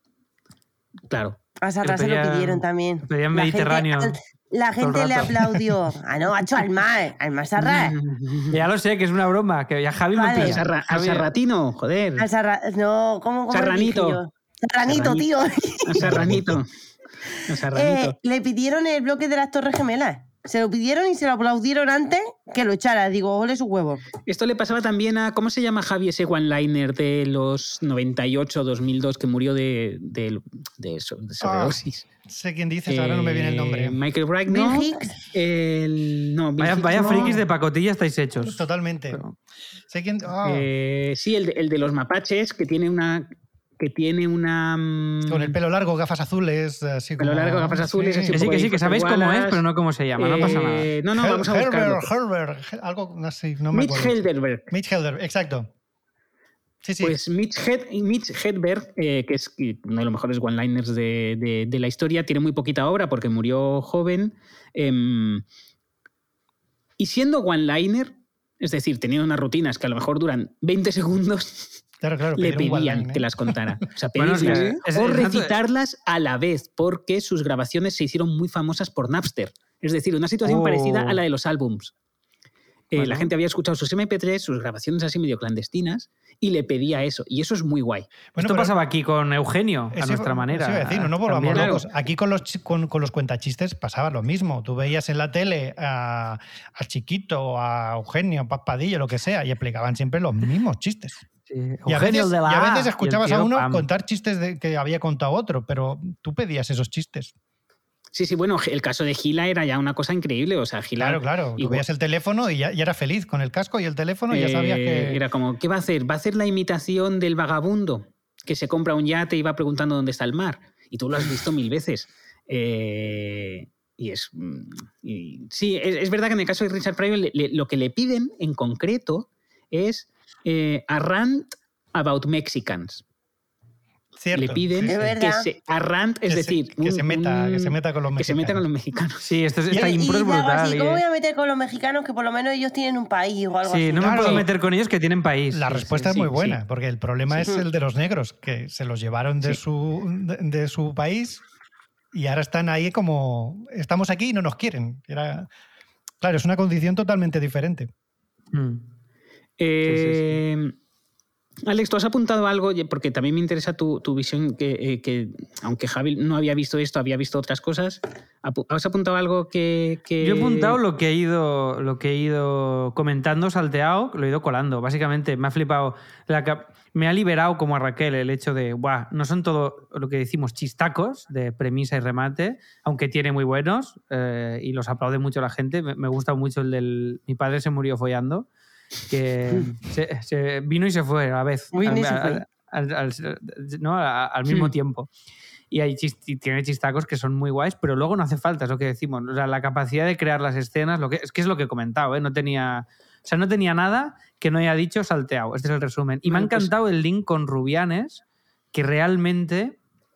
Speaker 3: Claro.
Speaker 2: A Sarrach se lo
Speaker 1: pedía-
Speaker 2: pidieron también.
Speaker 1: pedían
Speaker 2: La
Speaker 1: Mediterráneo
Speaker 2: gente- La
Speaker 1: todo el
Speaker 2: gente le
Speaker 1: rato.
Speaker 2: aplaudió. Ah, no, macho, al mar. Al mar Sarrach.
Speaker 1: Ya lo sé, que es una broma, que ya Javi
Speaker 2: Vale.
Speaker 1: me
Speaker 3: Al,
Speaker 1: pilla.
Speaker 3: sarra- al
Speaker 1: Javi-
Speaker 3: sarratino, joder.
Speaker 2: Al Sarrach. No, ¿cómo, cómo le dije
Speaker 3: Sarranito.
Speaker 2: yo? Sarranito,
Speaker 3: Sarranito.
Speaker 2: tío.
Speaker 3: Al sarranito. Al sarranito.
Speaker 2: Eh, le pidieron el bloque de las Torres Gemelas. Se lo pidieron y se lo aplaudieron antes que lo echara. Digo, ole su huevo.
Speaker 3: Esto le pasaba también a... ¿Cómo se llama, Javi, ese one-liner de los noventa y ocho dos mil dos que murió de, de, de, so- de sobredosis?
Speaker 4: Sé quién dices, ahora no me viene el nombre.
Speaker 3: Eh, Michael Bright,
Speaker 2: Bill
Speaker 3: no.
Speaker 2: Hicks.
Speaker 3: El, no, Bill
Speaker 1: Vaya,
Speaker 3: Hicks,
Speaker 1: vaya
Speaker 3: no.
Speaker 1: frikis de pacotilla estáis hechos.
Speaker 4: Totalmente.
Speaker 1: Pero-
Speaker 4: Sé quién. ah,
Speaker 3: Eh, sí, el de, el de los mapaches, que tiene una... Que tiene una... mm,
Speaker 4: Con el pelo largo, gafas azules. Así
Speaker 3: Pelo
Speaker 4: como-
Speaker 3: largo, gafas azules, así
Speaker 1: Que sí, que sí, que sabéis cómo es,
Speaker 3: Wallace,
Speaker 1: pero no cómo se llama, no pasa nada.
Speaker 3: eh, No, no,
Speaker 4: Hel-
Speaker 3: vamos a buscarlo.
Speaker 4: Herbert, Herbert, He- algo así, no me
Speaker 3: Mitch
Speaker 4: acuerdo.
Speaker 3: Helderberg.
Speaker 4: Mitch Helder, exacto. Sí, sí.
Speaker 3: Pues Mitch, Hed- Mitch Hedberg, eh, que es uno de los mejores one-liners de, de- de la historia, tiene muy poquita obra porque murió joven. em, y siendo one-liner, es decir, teniendo unas rutinas que a lo mejor duran veinte segundos,
Speaker 4: claro, claro.
Speaker 3: le
Speaker 4: pedir un
Speaker 3: pedían
Speaker 4: one-line,
Speaker 3: que
Speaker 4: ¿eh?
Speaker 3: las contara. O sea,
Speaker 1: Bueno, es que
Speaker 3: pedirlas
Speaker 1: es-
Speaker 3: o
Speaker 1: es-
Speaker 3: recitarlas a la vez, porque sus grabaciones se hicieron muy famosas por Napster. Es decir, una situación
Speaker 1: Oh.
Speaker 3: parecida a la de los álbums. Eh,
Speaker 1: Bueno.
Speaker 3: La gente había escuchado sus eme pe tres, sus grabaciones así medio clandestinas, y le pedía eso. Y eso es muy guay.
Speaker 4: Bueno,
Speaker 1: Esto
Speaker 4: pero
Speaker 1: pasaba aquí con Eugenio, a
Speaker 4: ese-
Speaker 1: nuestra manera.
Speaker 4: eso iba a decir, no nos volvamos
Speaker 1: También.
Speaker 3: Claro.
Speaker 4: locos. Aquí con los, chi- con, con los cuentachistes pasaba lo mismo. Tú veías en la tele a, a Chiquito, a Eugenio, a Paz Padilla, lo que sea, y explicaban siempre los mismos chistes.
Speaker 1: Sí,
Speaker 4: Y a,
Speaker 1: Eugenio
Speaker 4: veces,
Speaker 1: de la
Speaker 4: y a
Speaker 1: A
Speaker 4: veces
Speaker 1: y el
Speaker 4: escuchabas a
Speaker 1: tío
Speaker 4: uno
Speaker 1: Pam.
Speaker 4: contar chistes de, que había contado otro, pero tú pedías esos chistes.
Speaker 3: Sí, sí, bueno, el caso de Gila era ya una cosa increíble. O sea, Gila.
Speaker 4: Claro, claro. Tú
Speaker 3: igual-
Speaker 4: veías el teléfono y ya, ya era feliz con el casco y el teléfono y ya sabías
Speaker 3: eh,
Speaker 4: que...
Speaker 3: Era como, ¿qué va a hacer? ¿Va a hacer la imitación del vagabundo que se compra un yate y va preguntando dónde está el mar? Y tú lo has visto mil veces. Eh, y es. mm, y- sí, es, es verdad que en el caso de Richard Pryor, le- le- lo que le piden en concreto es eh, a rant about Mexicans.
Speaker 4: Cierto,
Speaker 3: le piden
Speaker 2: sí, sí. Es
Speaker 3: que
Speaker 2: verdad.
Speaker 3: se arrant, es
Speaker 4: Que se-
Speaker 3: decir,
Speaker 4: que
Speaker 3: un-
Speaker 4: se meta-
Speaker 3: un-
Speaker 4: que se meta con los
Speaker 3: que se meta con los
Speaker 4: mexicanos.
Speaker 3: mexicanos.
Speaker 1: Sí, esto es,
Speaker 2: Y,
Speaker 1: esta
Speaker 2: y
Speaker 1: impro es
Speaker 2: dice algo
Speaker 1: brutal.
Speaker 2: así,
Speaker 1: y-
Speaker 2: ¿cómo voy a meter con los mexicanos que por lo menos ellos tienen un país o algo
Speaker 1: Sí,
Speaker 2: así?
Speaker 1: no me
Speaker 4: Claro.
Speaker 1: puedo meter con ellos que tienen país.
Speaker 4: La
Speaker 1: Sí,
Speaker 4: respuesta
Speaker 1: sí,
Speaker 4: es muy
Speaker 3: sí,
Speaker 4: buena,
Speaker 3: sí.
Speaker 4: porque el problema es
Speaker 2: Sí.
Speaker 4: el de los negros, que se los llevaron de,
Speaker 3: Sí.
Speaker 4: su, de, de su país y ahora están ahí como, estamos aquí y no nos quieren. Era, claro, es una condición totalmente diferente.
Speaker 1: Mm.
Speaker 3: Eh, Alex, tú has apuntado algo, porque también me interesa tu, tu visión, que, eh, que aunque Javi no había visto esto, había visto otras cosas. Apu- ¿Has apuntado algo que...? que...
Speaker 1: Yo he apuntado lo que he ido, lo que he ido comentando, salteado, lo he ido colando. Básicamente me ha flipado, la cap- me ha liberado como a Raquel el hecho de, buah, no son todo lo que decimos chistacos de premisa y remate, aunque tiene muy buenos eh, y los aplaude mucho la gente. Me, me gusta mucho el del mi padre se murió follando, que se, se vino y se fue a la vez.
Speaker 2: Vino y
Speaker 1: al,
Speaker 2: se fue.
Speaker 1: al- al- al- ¿no? a- al mismo
Speaker 3: Hmm.
Speaker 1: tiempo. Y hay chist- y tiene chistacos que son muy guays, pero luego no hace falta, es lo que decimos. O sea, la capacidad de crear las escenas, lo que, es que es lo que he comentado, ¿eh? No tenía, o sea, no tenía nada que no haya dicho salteado. Este es el resumen. Y me ha
Speaker 3: Bueno, pues-
Speaker 1: encantado el link con Rubianes, que realmente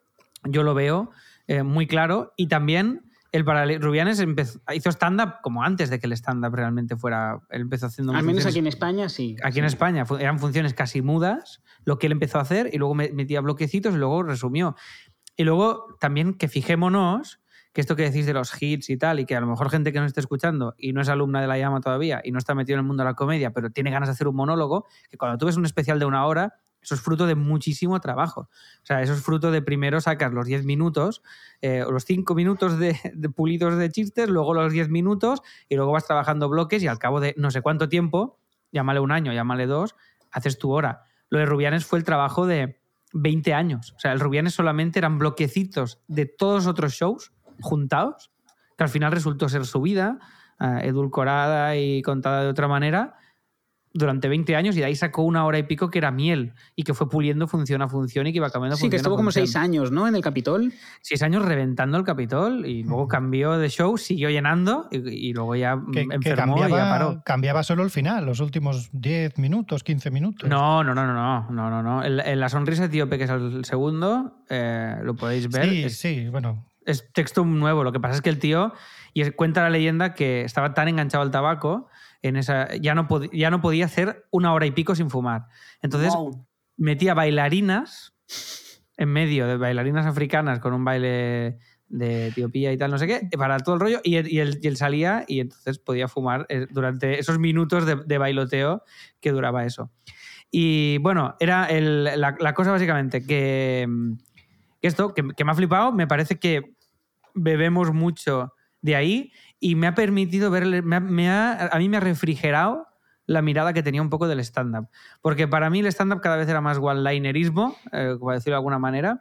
Speaker 1: yo lo veo eh, muy claro. Y también el paralelo. Rubianes empezó- hizo stand-up como antes de que el stand-up realmente fuera. Él empezó haciendo.
Speaker 3: Al menos
Speaker 1: funciones-
Speaker 3: aquí en España, sí.
Speaker 1: Aquí
Speaker 3: sí.
Speaker 1: en España fu- eran funciones casi mudas, lo que él empezó a hacer, y luego me- metía bloquecitos y luego resumió. Y luego también que fijémonos que esto que decís de los hits y tal, y que a lo mejor gente que no esté escuchando y no es alumna de La Llama todavía y no está metido en el mundo de la comedia, pero tiene ganas de hacer un monólogo, que cuando tú ves un especial de una hora, eso es fruto de muchísimo trabajo. O sea, eso es fruto de primero sacas los diez minutos eh, o los cinco minutos de, de pulidos de chistes, luego los diez minutos y luego vas trabajando bloques y al cabo de no sé cuánto tiempo, llámale un año, llámale dos, haces tu hora. Lo de Rubianes fue el trabajo de veinte años. O sea, el Rubianes solamente eran bloquecitos de todos los otros shows juntados, que al final resultó ser su vida, eh, edulcorada y contada de otra manera, durante veinte años, y de ahí sacó una hora y pico que era miel y que fue puliendo función a función y que iba cambiando
Speaker 3: Sí,
Speaker 1: función
Speaker 3: que
Speaker 1: a
Speaker 3: estuvo como
Speaker 1: función.
Speaker 3: seis años, ¿no? En el Capitol.
Speaker 1: Seis años reventando el Capitol y luego cambió de show, siguió llenando y, y luego ya
Speaker 4: Que, que
Speaker 1: enfermó y ya
Speaker 4: cambiaba,
Speaker 1: paró.
Speaker 4: cambiaba solo el final, los últimos diez minutos, quince minutos.
Speaker 1: No, no, no, no, no, no, no, no. En, en La sonrisa etíope, que es el segundo, eh, lo podéis ver.
Speaker 4: Sí,
Speaker 1: es,
Speaker 4: sí, bueno.
Speaker 1: es texto nuevo. Lo que pasa es que el tío, y es- cuenta la leyenda que estaba tan enganchado al tabaco, en esa, ya, no pod- ya no podía hacer una hora y pico sin fumar. Entonces
Speaker 2: Wow.
Speaker 1: metía bailarinas en medio de bailarinas africanas con un baile de Etiopía y tal, no sé qué, para todo el rollo, y él, y él- y él salía y entonces podía fumar eh, durante esos minutos de, de bailoteo que duraba eso. Y bueno, era el- la, la cosa básicamente que, que esto, que, que me ha flipado, me parece que bebemos mucho de ahí y me ha permitido ver, me ha- me ha- a mí me ha refrigerado la mirada que tenía un poco del stand-up. Porque para mí el stand-up cada vez era más one-linerismo, eh, por decirlo de alguna manera,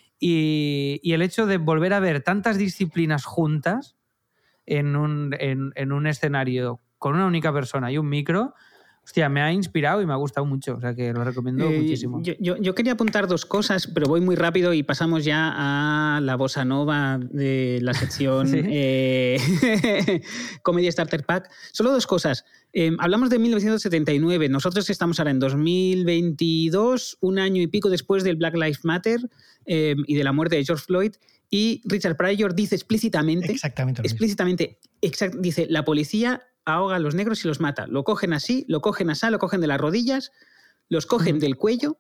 Speaker 1: y, y el hecho de volver a ver tantas disciplinas juntas en un, en, en un escenario con una única persona y un micro, hostia, me ha inspirado y me ha gustado mucho. O sea que lo recomiendo
Speaker 3: Eh,
Speaker 1: muchísimo.
Speaker 3: Yo, yo- yo quería apuntar dos cosas, pero voy muy rápido y pasamos ya a la bossa nova de la sección
Speaker 1: Sí.
Speaker 3: eh, Comedy Starter Pack. Solo dos cosas. Eh, hablamos de mil novecientos setenta y nueve. Nosotros estamos ahora en dos mil veintidós, un año y pico después del Black Lives Matter eh, y de la muerte de George Floyd. Y Richard Pryor dice explícitamente,
Speaker 4: Exactamente lo mismo.
Speaker 3: explícitamente, exact- dice, la policía ahoga a los negros y los mata. Lo cogen así, lo cogen así, lo cogen de las rodillas, los cogen del cuello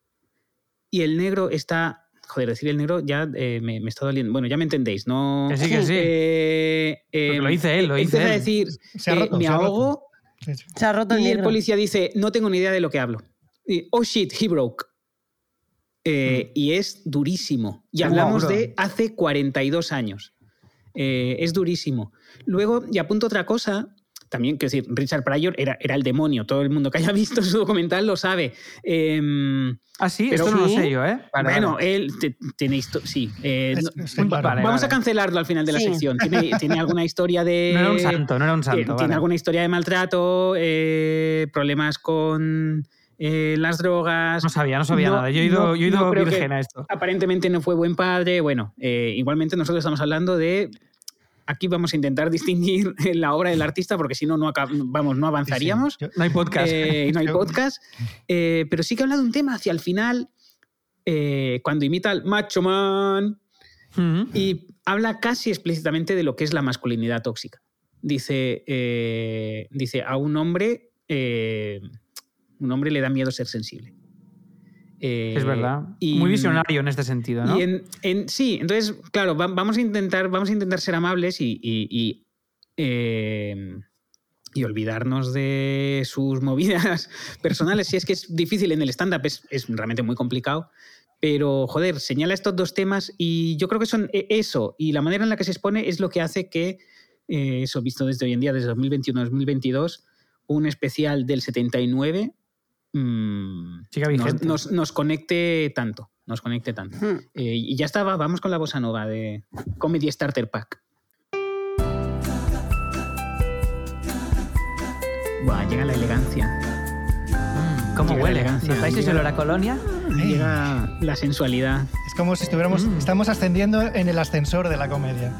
Speaker 3: y el negro está... Joder, decir el negro ya eh, me, me está doliendo. Bueno, ya me entendéis, ¿no?
Speaker 1: Que sí, que sí.
Speaker 3: Eh, eh,
Speaker 1: Porque lo dice él, lo dice
Speaker 3: empieza a
Speaker 1: él.
Speaker 3: decir,
Speaker 4: Se ha
Speaker 3: eh,
Speaker 4: roto,
Speaker 3: me
Speaker 4: se ha roto.
Speaker 3: ahogo
Speaker 4: Sí, sí.
Speaker 2: Se ha roto el
Speaker 3: y el
Speaker 2: negro.
Speaker 3: policía dice, no tengo ni idea de lo que hablo. Y, oh shit, he broke. Eh, y es durísimo. Y
Speaker 1: Es
Speaker 3: hablamos
Speaker 1: duro.
Speaker 3: de hace cuarenta y dos años. Eh, es durísimo. Luego, y apunto otra cosa, también, quiero decir, Richard Pryor era, era el demonio. Todo el mundo que haya visto su documental lo sabe. Eh,
Speaker 1: Ah, sí,
Speaker 3: pero
Speaker 1: esto no
Speaker 2: sí.
Speaker 1: lo sé yo, ¿eh? Vale,
Speaker 3: bueno,
Speaker 1: vale.
Speaker 3: él te- tiene historia. Sí. eh,
Speaker 4: Es-
Speaker 3: no-
Speaker 4: es-
Speaker 1: Vale,
Speaker 4: claro.
Speaker 1: vale.
Speaker 3: vamos a cancelarlo al final de la
Speaker 2: Sí.
Speaker 3: sección. ¿Tiene, tiene alguna historia de.
Speaker 1: No era un santo, no era un
Speaker 3: Tiene-
Speaker 1: santo.
Speaker 3: Tiene
Speaker 1: vale.
Speaker 3: alguna historia de maltrato, eh, problemas con eh, las drogas.
Speaker 1: No sabía, no sabía
Speaker 3: No,
Speaker 1: nada. Yo he ido,
Speaker 3: no,
Speaker 1: yo he ido
Speaker 3: no creo
Speaker 1: virgen
Speaker 3: que-
Speaker 1: a esto.
Speaker 3: Aparentemente no fue buen padre. Bueno, eh, igualmente nosotros estamos hablando de. Aquí vamos a intentar distinguir la obra del artista porque si no, no, acab- vamos, no avanzaríamos.
Speaker 4: Sí, sí. Yo-
Speaker 1: No hay podcast.
Speaker 3: Eh, y no hay
Speaker 4: Yo-
Speaker 3: podcast. Eh, pero sí que habla de un tema hacia el final eh, cuando imita al Macho Man
Speaker 1: Mm.
Speaker 3: y habla casi explícitamente de lo que es la masculinidad tóxica. Dice, eh, dice a un hombre, eh, un hombre le da miedo ser sensible. Eh,
Speaker 1: Es verdad.
Speaker 3: y-
Speaker 1: Muy visionario en este sentido, ¿no?
Speaker 3: Y en, en- sí, entonces, claro, va- vamos a intentar, vamos a intentar ser amables y, y, y, eh, y olvidarnos de sus movidas personales. Si es que es difícil en el stand-up, es, es realmente muy complicado. Pero, joder, señala estos dos temas y yo creo que son eh, eso y la manera en la que se expone es lo que hace que, eh, eso visto desde hoy en día, desde dos mil veintiuno a dos mil veintidós, un especial del setenta y nueve mmm,
Speaker 1: Siga
Speaker 3: nos,
Speaker 1: vigente.
Speaker 3: nos, nos conecte tanto. Nos conecte tanto.
Speaker 2: Hmm.
Speaker 3: Eh, y ya estaba, vamos con la bossa nova de Comedy Starter Pack. Buah, llega la elegancia.
Speaker 1: Mm, ¿Cómo
Speaker 3: Llega la
Speaker 1: huele?
Speaker 3: elegancia,
Speaker 1: ¿Notáis ese
Speaker 3: llega-
Speaker 1: olor a colonia?
Speaker 3: Llega la sensualidad.
Speaker 4: Es como si estuviéramos,
Speaker 1: Mm.
Speaker 4: estamos ascendiendo en el ascensor de la comedia.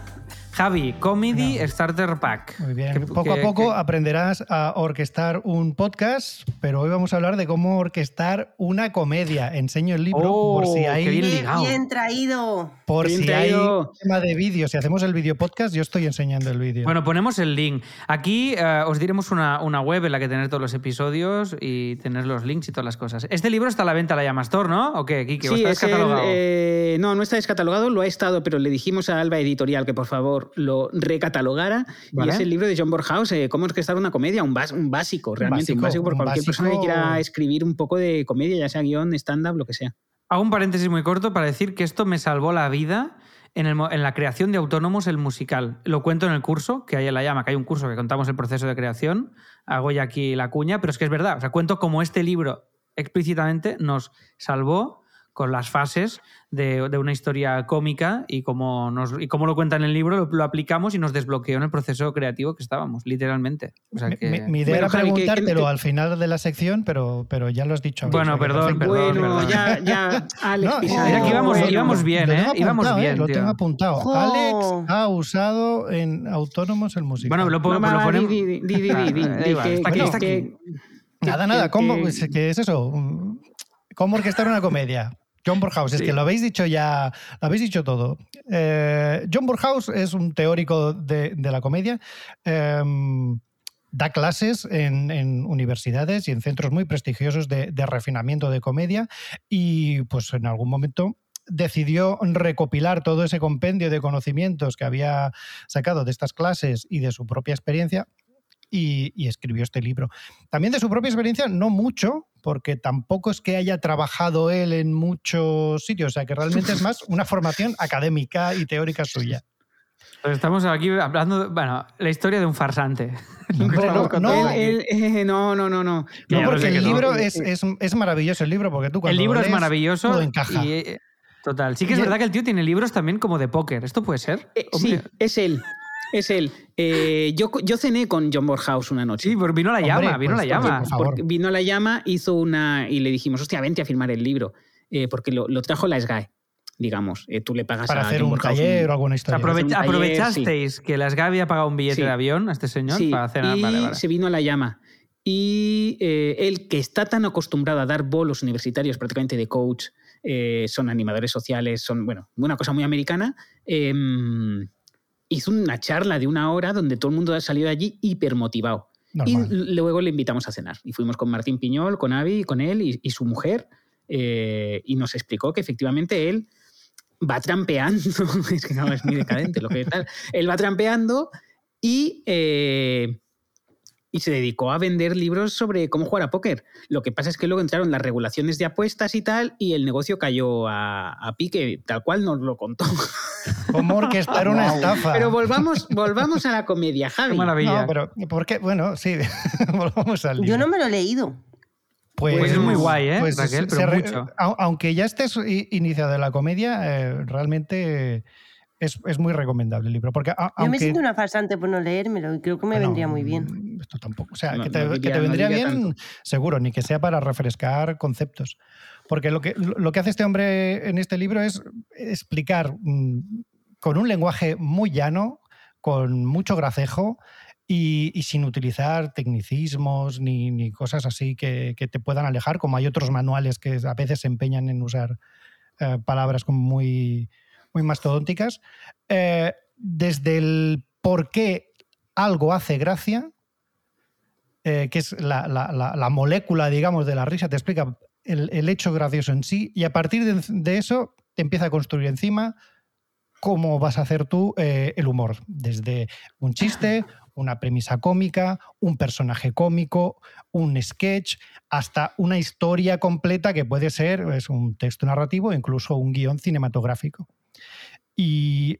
Speaker 1: Javi, Comedy
Speaker 4: No.
Speaker 1: Starter Pack.
Speaker 4: Muy bien.
Speaker 1: Que-
Speaker 4: Poco
Speaker 1: que-
Speaker 4: a poco
Speaker 1: que-
Speaker 4: aprenderás a orquestar un podcast, pero hoy vamos a hablar de cómo orquestar una comedia. Enseño el libro
Speaker 1: Oh,
Speaker 4: por si
Speaker 1: qué
Speaker 4: hay,
Speaker 1: bien
Speaker 2: ¡Qué
Speaker 1: ligado.
Speaker 2: bien traído!
Speaker 4: por
Speaker 3: Bien
Speaker 4: si hay
Speaker 3: traído.
Speaker 4: tema de vídeo. Si hacemos el vídeo podcast, yo estoy enseñando el vídeo.
Speaker 1: Bueno, ponemos el link. Aquí eh, os diremos una, una web en la que tener todos los episodios y tener los links y todas las cosas. Este libro está a la venta en la Llama Store, ¿no? ¿O qué, Kike? ¿O
Speaker 3: Sí,
Speaker 1: está
Speaker 3: es el,
Speaker 1: descatalogado?
Speaker 3: eh, no, no está descatalogado, lo ha estado, pero le dijimos a Alba Editorial que por favor lo recatalogara.
Speaker 1: Vale.
Speaker 3: Y es el libro de John Borhaus, eh, Cómo orquestar una comedia, un, bas- un básico, realmente, un
Speaker 4: básico,
Speaker 3: básico por
Speaker 4: un
Speaker 3: cualquier
Speaker 4: básico.
Speaker 3: persona que quiera escribir un poco de comedia, ya sea guión, stand-up, lo que sea.
Speaker 1: Hago un paréntesis muy corto para decir que esto me salvó la vida en, el mo- en la creación de Autónomos, el musical. Lo cuento en el curso, que hay en la Llama, que hay un curso que contamos el proceso de creación. Hago ya aquí la cuña, pero es que es verdad. O sea, cuento cómo este libro explícitamente nos salvó con las fases de, de una historia cómica y cómo, nos, y cómo lo cuenta en el libro, lo, lo aplicamos y nos desbloqueó en el proceso creativo que estábamos, literalmente. O sea
Speaker 4: Mi-
Speaker 1: que...
Speaker 4: mi, mi idea
Speaker 3: Bueno,
Speaker 4: era
Speaker 3: Javi, que-
Speaker 4: preguntártelo
Speaker 3: que-
Speaker 4: al final de la sección, pero, pero ya lo has dicho. antes,
Speaker 1: Bueno,
Speaker 4: o sea que
Speaker 1: perdón,
Speaker 4: perfecto.
Speaker 1: perdón,
Speaker 3: bueno,
Speaker 1: perdón.
Speaker 3: ya, ya, Alex,
Speaker 4: No,
Speaker 3: Pizarro,
Speaker 1: mira que íbamos-
Speaker 3: bueno.
Speaker 1: íbamos bien,
Speaker 4: Lo
Speaker 1: ¿eh?
Speaker 4: tengo
Speaker 1: Íbamos
Speaker 4: apuntado,
Speaker 1: bien,
Speaker 4: Lo
Speaker 1: tío.
Speaker 4: tengo apuntado.
Speaker 2: ¡Jo!
Speaker 4: Alex ha usado en Autónomos el musical.
Speaker 1: Bueno, lo, po-
Speaker 3: No, va,
Speaker 1: lo
Speaker 3: va,
Speaker 1: ponemos...
Speaker 3: di, di, di, di,
Speaker 1: Ah,
Speaker 3: di, di,
Speaker 1: da
Speaker 3: di,
Speaker 1: igual,
Speaker 3: que-
Speaker 1: está aquí,
Speaker 3: que-
Speaker 1: está aquí.
Speaker 3: que-
Speaker 4: Nada,
Speaker 3: que-
Speaker 4: nada.
Speaker 3: que-
Speaker 4: ¿Cómo,
Speaker 3: que-
Speaker 4: es- ¿Qué es eso? ¿Cómo orquestar una comedia? John Borhaus, es
Speaker 1: Sí.
Speaker 4: que lo habéis dicho ya, lo habéis dicho todo. Eh, John Borhaus es un teórico de, de la comedia. Eh, da clases en, en universidades y en centros muy prestigiosos de, de refinamiento de comedia y pues en algún momento decidió recopilar todo ese compendio de conocimientos que había sacado de estas clases y de su propia experiencia y, y escribió este libro. También de su propia experiencia, no mucho, porque tampoco es que haya trabajado él en muchos sitios, o sea que realmente es más una formación académica y teórica suya.
Speaker 1: Pues estamos aquí hablando, de, bueno, la historia de un farsante.
Speaker 4: No, no, no.
Speaker 3: Él- él- eh, no, no, no, no.
Speaker 1: Ya
Speaker 4: No,
Speaker 1: lo
Speaker 4: porque
Speaker 1: sé que
Speaker 4: el
Speaker 1: no.
Speaker 4: libro es, es, es maravilloso, el libro, porque tú cuando
Speaker 1: El libro
Speaker 4: lo
Speaker 1: es
Speaker 4: lees,
Speaker 1: maravilloso.
Speaker 4: todo encaja.
Speaker 1: Y, eh, total. Sí que es
Speaker 4: Y-
Speaker 1: verdad que el tío tiene libros también como de póker. ¿Esto puede ser?
Speaker 3: Eh, sí,
Speaker 1: Hombre,
Speaker 3: es él. Es él. Eh, yo, yo cené con John Borhaus una noche.
Speaker 1: sí, pues vino la
Speaker 4: Hombre,
Speaker 1: llama, vino
Speaker 4: pues,
Speaker 1: la llama.
Speaker 4: por favor.
Speaker 3: Porque vino a la llama, hizo una. Y le dijimos, hostia, vente a firmar el libro. Eh, porque lo, lo trajo la S G A E, digamos. Eh, tú le pagas
Speaker 4: para
Speaker 3: a
Speaker 4: hacer
Speaker 3: John
Speaker 4: un
Speaker 3: Borhaus
Speaker 4: taller o alguna
Speaker 1: O sea,
Speaker 4: historia.
Speaker 1: aprove-
Speaker 3: hacer un taller,
Speaker 1: aprovechasteis que la S G A había pagado un billete
Speaker 3: Sí.
Speaker 1: de avión a este señor
Speaker 3: Sí,
Speaker 1: para hacer...
Speaker 3: y
Speaker 1: Vale, vale.
Speaker 3: se vino a la llama. Y eh, él, que está tan acostumbrado a dar bolos universitarios prácticamente de coach, eh, son animadores sociales, son, bueno, una cosa muy americana, eh, hizo una charla de una hora donde todo el mundo ha salido de allí hipermotivado.
Speaker 4: Normal.
Speaker 3: Y luego le invitamos a cenar. Y fuimos con Martín Piñol, con Avi, con él y, y su mujer. eh, y nos explicó que efectivamente él va trampeando. Es que no, es muy decadente lo que tal. Él va trampeando y, eh, y se dedicó a vender libros sobre cómo jugar a póker. Lo que pasa es que luego entraron las regulaciones de apuestas y tal, y el negocio cayó a, a pique, tal cual nos lo contó.
Speaker 4: ¿Cómo orquestar una
Speaker 2: Wow.
Speaker 4: estafa?
Speaker 3: Pero volvamos, volvamos a la comedia, Javi.
Speaker 1: Qué maravilla.
Speaker 4: No, pero ¿por qué? Bueno, sí, volvamos al libro.
Speaker 2: Yo no me lo he leído.
Speaker 4: Pues,
Speaker 1: Pues es muy guay, ¿eh,
Speaker 4: pues
Speaker 1: Raquel?
Speaker 4: se
Speaker 1: Pero
Speaker 4: re-
Speaker 1: mucho.
Speaker 4: au- Aunque ya estés i- iniciado en la comedia, eh, realmente es, es muy recomendable el libro. Porque a-
Speaker 2: Yo me
Speaker 4: aunque,
Speaker 2: siento una farsante por no leérmelo y creo que me
Speaker 4: bueno,
Speaker 2: vendría muy bien.
Speaker 4: Esto tampoco. O sea,
Speaker 3: No,
Speaker 4: que, te,
Speaker 3: no
Speaker 4: que
Speaker 3: diría-
Speaker 4: te
Speaker 3: no
Speaker 4: vendría
Speaker 3: diría
Speaker 4: bien,
Speaker 3: tanto.
Speaker 4: seguro, ni que sea para refrescar conceptos. Porque lo que, lo que hace este hombre en este libro es explicar mm, con un lenguaje muy llano, con mucho gracejo y, y sin utilizar tecnicismos ni, ni cosas así que, que te puedan alejar, como hay otros manuales que a veces se empeñan en usar eh, palabras como muy, muy mastodónticas. Eh, desde el por qué algo hace gracia, eh, que es la, la, la, la molécula, digamos, de la risa, te explica el, el hecho gracioso en sí, y a partir de, de eso te empieza a construir encima cómo vas a hacer tú eh, el humor, desde un chiste, una premisa cómica, un personaje cómico, un sketch, hasta una historia completa que puede ser es un texto narrativo, incluso un guión cinematográfico. Y,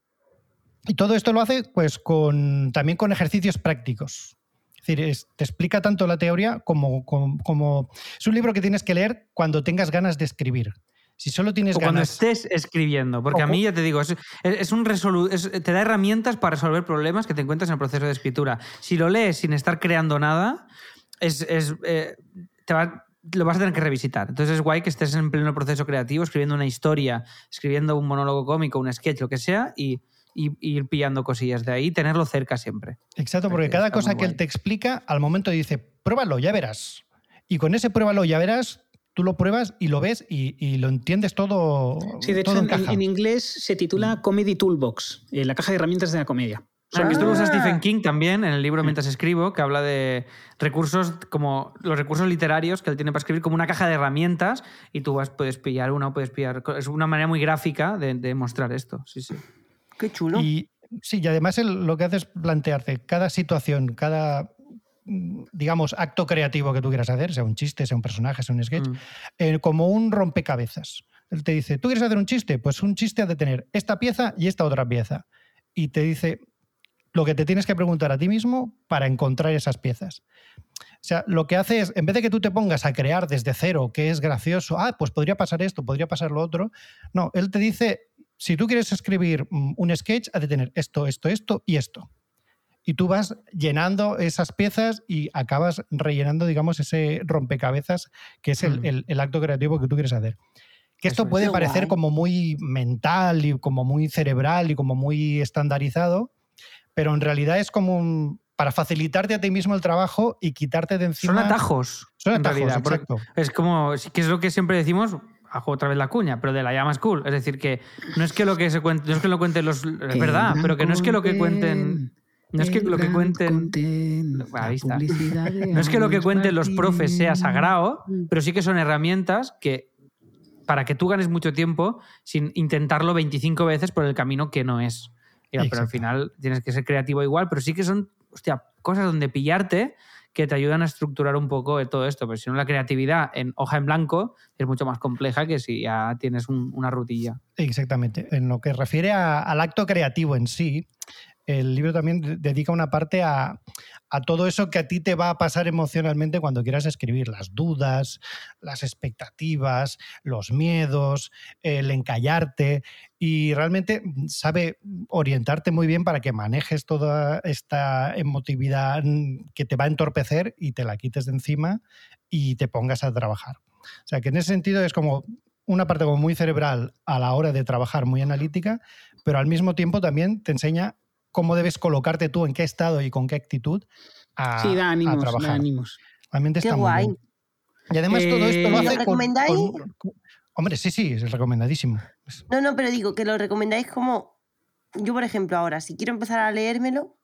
Speaker 4: y todo esto lo hace pues, con, también con ejercicios prácticos. Es decir, es, te explica tanto la teoría como, como, como... Es un libro que tienes que leer cuando tengas ganas de escribir. Si solo tienes
Speaker 1: o cuando
Speaker 4: ganas...
Speaker 1: estés escribiendo, porque
Speaker 4: o,
Speaker 1: a mí, ya te digo, es, es un resolu es, te da herramientas para resolver problemas que te encuentras en el proceso de escritura. Si lo lees sin estar creando nada, es, es, eh, te va, lo vas a tener que revisitar. Entonces es guay que estés en pleno proceso creativo, escribiendo una historia, escribiendo un monólogo cómico, un sketch, lo que sea, y, y, y ir pillando cosillas de ahí, tenerlo cerca siempre.
Speaker 4: Exacto, porque cada cosa que él te explica, al momento dice, pruébalo, ya verás. Y con ese pruébalo, ya verás... Tú lo pruebas y lo ves y, y lo entiendes todo.
Speaker 3: Sí, de
Speaker 4: todo
Speaker 3: hecho, en, en inglés se titula Comedy Toolbox, eh, la caja de herramientas de la comedia.
Speaker 1: Ah, esto lo usa Stephen King también en el libro Mientras escribo, que habla de recursos como los recursos literarios que él tiene para escribir como una caja de herramientas y tú vas, puedes pillar una o puedes pillar... Es una manera muy gráfica de, de mostrar esto. Sí, sí.
Speaker 2: Qué chulo.
Speaker 4: Y, sí, y además él lo que hace es plantearte cada situación, cada... digamos, acto creativo que tú quieras hacer, sea un chiste, sea un personaje, sea un sketch, mm. eh, como un rompecabezas. Él te dice, ¿tú quieres hacer un chiste? Pues un chiste ha de tener esta pieza y esta otra pieza. Y te dice lo que te tienes que preguntar a ti mismo para encontrar esas piezas. O sea, lo que hace es, en vez de que tú te pongas a crear desde cero, que es gracioso, ah, pues podría pasar esto, podría pasar lo otro, no, él te dice, si tú quieres escribir un sketch, ha de tener esto, esto, esto y esto. Y tú vas llenando esas piezas y acabas rellenando, digamos, ese rompecabezas que es el, mm. el, el acto creativo que tú quieres hacer. Que esto Eso puede parecer guay. como muy mental y como muy cerebral y como muy estandarizado, pero en realidad es como un, para facilitarte a ti mismo el trabajo y quitarte de encima...
Speaker 1: Son atajos,
Speaker 4: Son
Speaker 1: en
Speaker 4: atajos,
Speaker 1: realidad.
Speaker 4: exacto.
Speaker 1: Es como, que es lo que siempre decimos... Hago otra vez la cuña, pero de la llama school. Es decir, que no es que lo que se cuente, no es que lo cuenten los... Es verdad, pero que no es que lo que cuenten... No es que lo que cuenten. Ahí está. No es que lo que cuenten los profes sea sagrado, pero sí que son herramientas que para que tú ganes mucho tiempo sin intentarlo veinticinco veces por el camino que no es. Mira, pero al final tienes que ser creativo igual, pero sí que son, hostia, cosas donde pillarte que te ayudan a estructurar un poco de todo esto. Pero si no, la creatividad en hoja en blanco es mucho más compleja que si ya tienes un, una rutilla.
Speaker 4: Exactamente. En lo que refiere a, al acto creativo en sí, el libro también dedica una parte a, a todo eso que a ti te va a pasar emocionalmente cuando quieras escribir. Las dudas, las expectativas, los miedos, el encallarte. Y realmente sabe orientarte muy bien para que manejes toda esta emotividad que te va a entorpecer y te la quites de encima y te pongas a trabajar. O sea, que en ese sentido es como una parte como muy cerebral a la hora de trabajar, muy analítica, pero al mismo tiempo también te enseña cómo debes colocarte tú, en qué estado y con qué actitud a,
Speaker 3: sí, da ánimos,
Speaker 4: a trabajar.
Speaker 3: Da ánimos.
Speaker 4: Realmente está
Speaker 2: qué
Speaker 4: muy
Speaker 2: guay.
Speaker 4: bien. Y además eh, todo esto lo hace
Speaker 2: ¿Lo recomendáis?
Speaker 4: Con, con, hombre, sí, sí, es recomendadísimo.
Speaker 2: No, no, pero digo que lo recomendáis como... Yo, por ejemplo, ahora, si quiero empezar a leérmelo,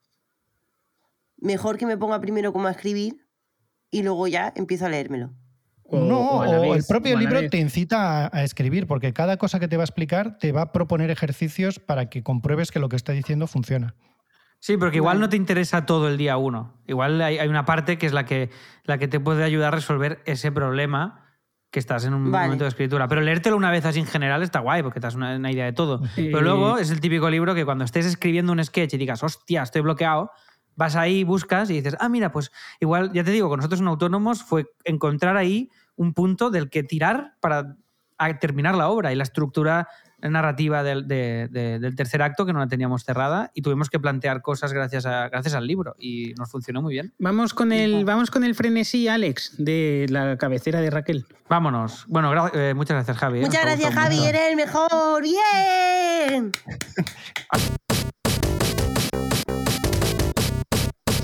Speaker 2: mejor que me ponga primero cómo a escribir y luego ya empiezo a leérmelo.
Speaker 4: O, no, o, o vez, el propio libro vez. te incita a, a escribir, porque cada cosa que te va a explicar te va a proponer ejercicios para que compruebes que lo que está diciendo funciona.
Speaker 1: Sí, porque igual no te interesa todo el día uno. Igual hay, hay una parte que es la que, la que te puede ayudar a resolver ese problema que estás en un vale. momento de escritura. Pero leértelo una vez así en general está guay, porque te das una, una idea de todo. Sí. Pero luego es el típico libro que cuando estés escribiendo un sketch y digas, hostia, estoy bloqueado, vas ahí, buscas y dices, ah, mira, pues igual, ya te digo, con nosotros en Autónomos fue encontrar ahí un punto del que tirar para terminar la obra y la estructura narrativa del, de, de, del tercer acto que no la teníamos cerrada y tuvimos que plantear cosas gracias, a, gracias al libro y nos funcionó muy bien.
Speaker 3: Vamos con el, vamos con el frenesí, Alex, de la cabecera de Raquel.
Speaker 1: Vámonos. Bueno, gra eh, muchas gracias, Javi.
Speaker 2: Muchas
Speaker 1: eh.
Speaker 2: gracias, Javi, mucho. Eres el mejor. ¡Bien!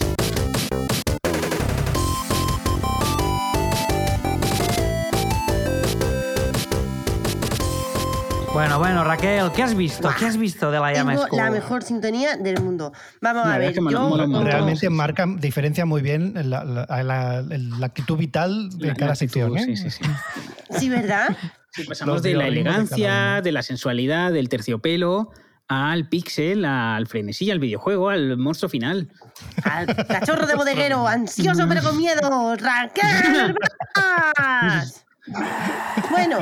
Speaker 1: Raquel, ¿qué has visto? ¿Qué has visto de la Llama
Speaker 2: Tengo
Speaker 1: School?
Speaker 2: la mejor sintonía del mundo. Vamos
Speaker 3: La
Speaker 2: a
Speaker 3: verdad
Speaker 2: ver,
Speaker 3: es que mola-
Speaker 2: yo...
Speaker 3: mola un montón.
Speaker 4: Realmente marca, diferencia muy bien la, la- la- la actitud vital de
Speaker 3: La-
Speaker 4: cada
Speaker 3: la
Speaker 4: sección.
Speaker 3: actitud,
Speaker 4: ¿eh?
Speaker 3: sí, sí, sí.
Speaker 2: Sí, ¿verdad?
Speaker 3: Sí, pasamos
Speaker 4: Los
Speaker 3: de la
Speaker 4: biorritmos de cada
Speaker 3: elegancia,
Speaker 4: uno.
Speaker 3: de la sensualidad, del terciopelo, al píxel, al frenesí, al videojuego, al monstruo final.
Speaker 2: Al cachorro de bodeguero, ansioso pero con miedo. ¡Raquel! Bras! Bueno.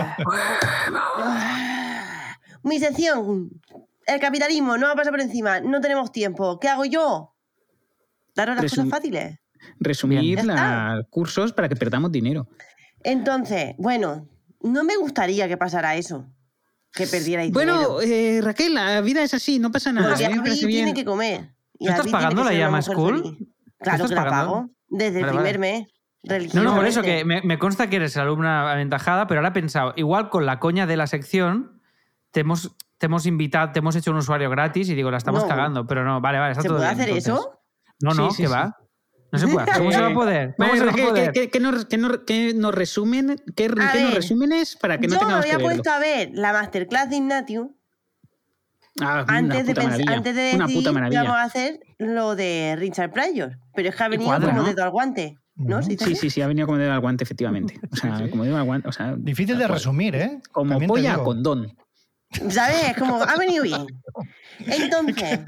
Speaker 2: Mi sección. El capitalismo no va a pasar por encima. No tenemos tiempo. ¿Qué hago yo? Daros las
Speaker 3: Resum-
Speaker 2: cosas fáciles.
Speaker 3: Resumir
Speaker 2: Bien. Ya está.
Speaker 3: los cursos para que perdamos dinero.
Speaker 2: Entonces, bueno, no me gustaría que pasara eso. Que perdierais dinero.
Speaker 3: Bueno, eh, Raquel, la vida es así, no pasa nada.
Speaker 2: Porque
Speaker 3: a mí me
Speaker 2: Abby
Speaker 3: parece
Speaker 2: tiene
Speaker 3: bien.
Speaker 2: que comer. Y
Speaker 1: ¿Tú estás
Speaker 2: Abby
Speaker 1: pagando
Speaker 2: tiene que
Speaker 1: la
Speaker 2: ser una
Speaker 1: Llama
Speaker 2: mujer
Speaker 1: School?
Speaker 2: feliz. Claro
Speaker 1: estás
Speaker 2: que la
Speaker 1: pagando?
Speaker 2: pago. Desde el
Speaker 1: Vale,
Speaker 2: primer
Speaker 1: vale.
Speaker 2: mes.
Speaker 1: No, no, por eso
Speaker 2: religiosamente.
Speaker 1: que me, me consta que eres alumna aventajada, pero ahora he pensado, igual con la coña de la sección, te hemos, te hemos invitado, te hemos hecho un usuario gratis y digo, la estamos
Speaker 2: No.
Speaker 1: cagando, pero no, vale, vale, está
Speaker 2: ¿Se
Speaker 1: todo
Speaker 2: puede
Speaker 1: bien,
Speaker 2: hacer
Speaker 1: entonces.
Speaker 2: eso?
Speaker 1: No, no,
Speaker 3: Sí, sí,
Speaker 1: que
Speaker 3: sí.
Speaker 1: va. No se puede hacer. ¿Cómo
Speaker 3: Eh,
Speaker 1: se va a poder? ¿Cómo
Speaker 3: Vale,
Speaker 1: se va a
Speaker 3: Raquel,
Speaker 1: poder?
Speaker 3: ¿qué, qué nos, qué nos- qué nos resumen? ¿Qué, qué nos
Speaker 2: ver,
Speaker 3: resúmenes para que no
Speaker 2: Yo me
Speaker 3: tengamos que
Speaker 2: había
Speaker 3: verlo?
Speaker 2: puesto a ver la masterclass de Ignatius
Speaker 3: Ah, una
Speaker 2: antes de,
Speaker 3: puta
Speaker 2: pens-
Speaker 3: maravilla.
Speaker 2: antes de
Speaker 3: Una
Speaker 2: decidir
Speaker 3: puta
Speaker 2: que
Speaker 3: maravilla.
Speaker 2: íbamos a hacer lo de Richard Pryor. Pero es que ha venido
Speaker 1: cuadra,
Speaker 2: como
Speaker 1: ¿no?
Speaker 2: dedo al guante. ¿No?
Speaker 4: Ujú.
Speaker 2: ¿Se dice
Speaker 3: Sí,
Speaker 2: así?
Speaker 3: sí, sí, ha venido como dedo al guante, efectivamente. O sea, como dedo al guante. O sea,
Speaker 4: Difícil de
Speaker 3: tal cual.
Speaker 4: resumir, ¿eh?
Speaker 3: Como
Speaker 4: También te
Speaker 3: polla a
Speaker 4: digo.
Speaker 3: condón.
Speaker 2: ¿Sabes? Como ha venido bien. Entonces.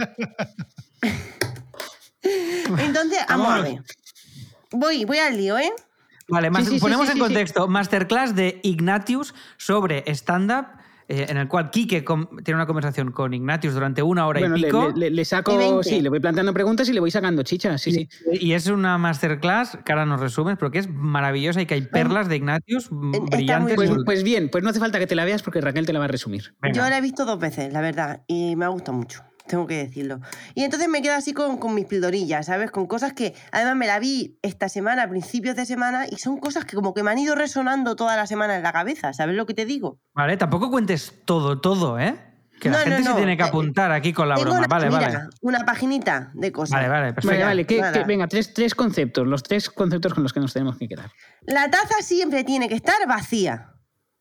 Speaker 2: Entonces, vamos a ver. Voy, voy al lío, ¿eh?
Speaker 1: Vale, más-
Speaker 3: Sí, sí, sí,
Speaker 1: ponemos
Speaker 3: sí,
Speaker 1: en
Speaker 3: sí, sí.
Speaker 1: contexto. Masterclass de Ignatius sobre stand-up, eh, en el cual Quique com- tiene una conversación con Ignatius durante una hora
Speaker 3: Bueno,
Speaker 1: y
Speaker 3: le,
Speaker 1: pico.
Speaker 3: le- le- le
Speaker 2: Y
Speaker 3: saco.
Speaker 2: veinte.
Speaker 3: Sí, le voy planteando preguntas y le voy sacando chichas. Sí, sí.
Speaker 1: Y es una masterclass, que ahora nos resumes, porque es maravillosa y que hay perlas de Ignatius mm,
Speaker 2: está muy
Speaker 1: brillantes.
Speaker 3: Pues,
Speaker 2: bien.
Speaker 3: pues bien, pues no hace falta que te la veas porque Raquel te la va a resumir.
Speaker 1: Venga.
Speaker 2: Yo la he visto dos veces, la verdad, y me ha gustado mucho, tengo que decirlo. Y entonces me quedo así con, con mis pildorillas, ¿sabes? Con cosas que, además me la vi esta semana, a principios de semana, y son cosas que como que me han ido resonando toda la semana en la cabeza, ¿sabes lo que te digo?
Speaker 1: Vale, tampoco cuentes todo, todo, ¿eh? Que la
Speaker 2: No, no,
Speaker 1: gente se
Speaker 2: no.
Speaker 1: tiene que
Speaker 2: Eh,
Speaker 1: apuntar aquí con la
Speaker 2: Tengo
Speaker 1: broma.
Speaker 2: una,
Speaker 1: Vale,
Speaker 2: mira,
Speaker 1: vale.
Speaker 2: una paginita de cosas.
Speaker 1: Vale, vale, perfecto.
Speaker 3: Vale, vale. ¿qué-
Speaker 2: nada.
Speaker 3: qué- venga, tres, tres conceptos. Los tres conceptos con los que nos tenemos que quedar.
Speaker 2: La taza siempre tiene que estar vacía.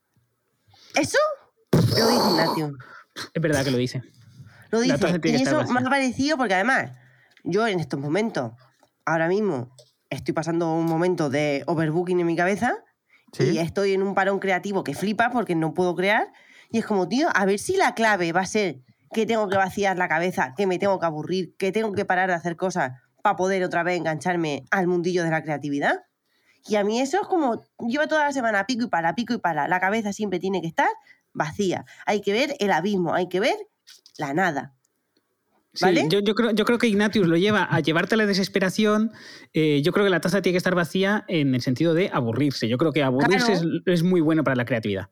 Speaker 2: ¿Eso? Lo dice Ignacio.
Speaker 3: Es verdad que lo dice.
Speaker 2: Lo
Speaker 3: La
Speaker 2: dice.
Speaker 3: taza tiene
Speaker 2: Y
Speaker 3: que estar
Speaker 2: eso me
Speaker 3: vacía.
Speaker 2: ha parecido porque además, yo en estos momentos, ahora mismo, estoy pasando un momento de overbooking en mi cabeza
Speaker 1: Sí.
Speaker 2: y estoy en un parón creativo que flipa porque no puedo crear. Y es como, tío, a ver si la clave va a ser que tengo que vaciar la cabeza, que me tengo que aburrir, que tengo que parar de hacer cosas para poder otra vez engancharme al mundillo de la creatividad. Y a mí eso es como, lleva toda la semana pico y pala, pico y pala. La cabeza siempre tiene que estar vacía. Hay que ver el abismo, hay que ver la nada.
Speaker 3: Sí,
Speaker 2: ¿Vale?
Speaker 3: yo, yo, creo, yo creo que Ignatius lo lleva a llevarte a la desesperación. Eh, yo creo que la taza tiene que estar vacía en el sentido de aburrirse. Yo creo que aburrirse
Speaker 2: Claro.
Speaker 3: es, es muy bueno para la creatividad.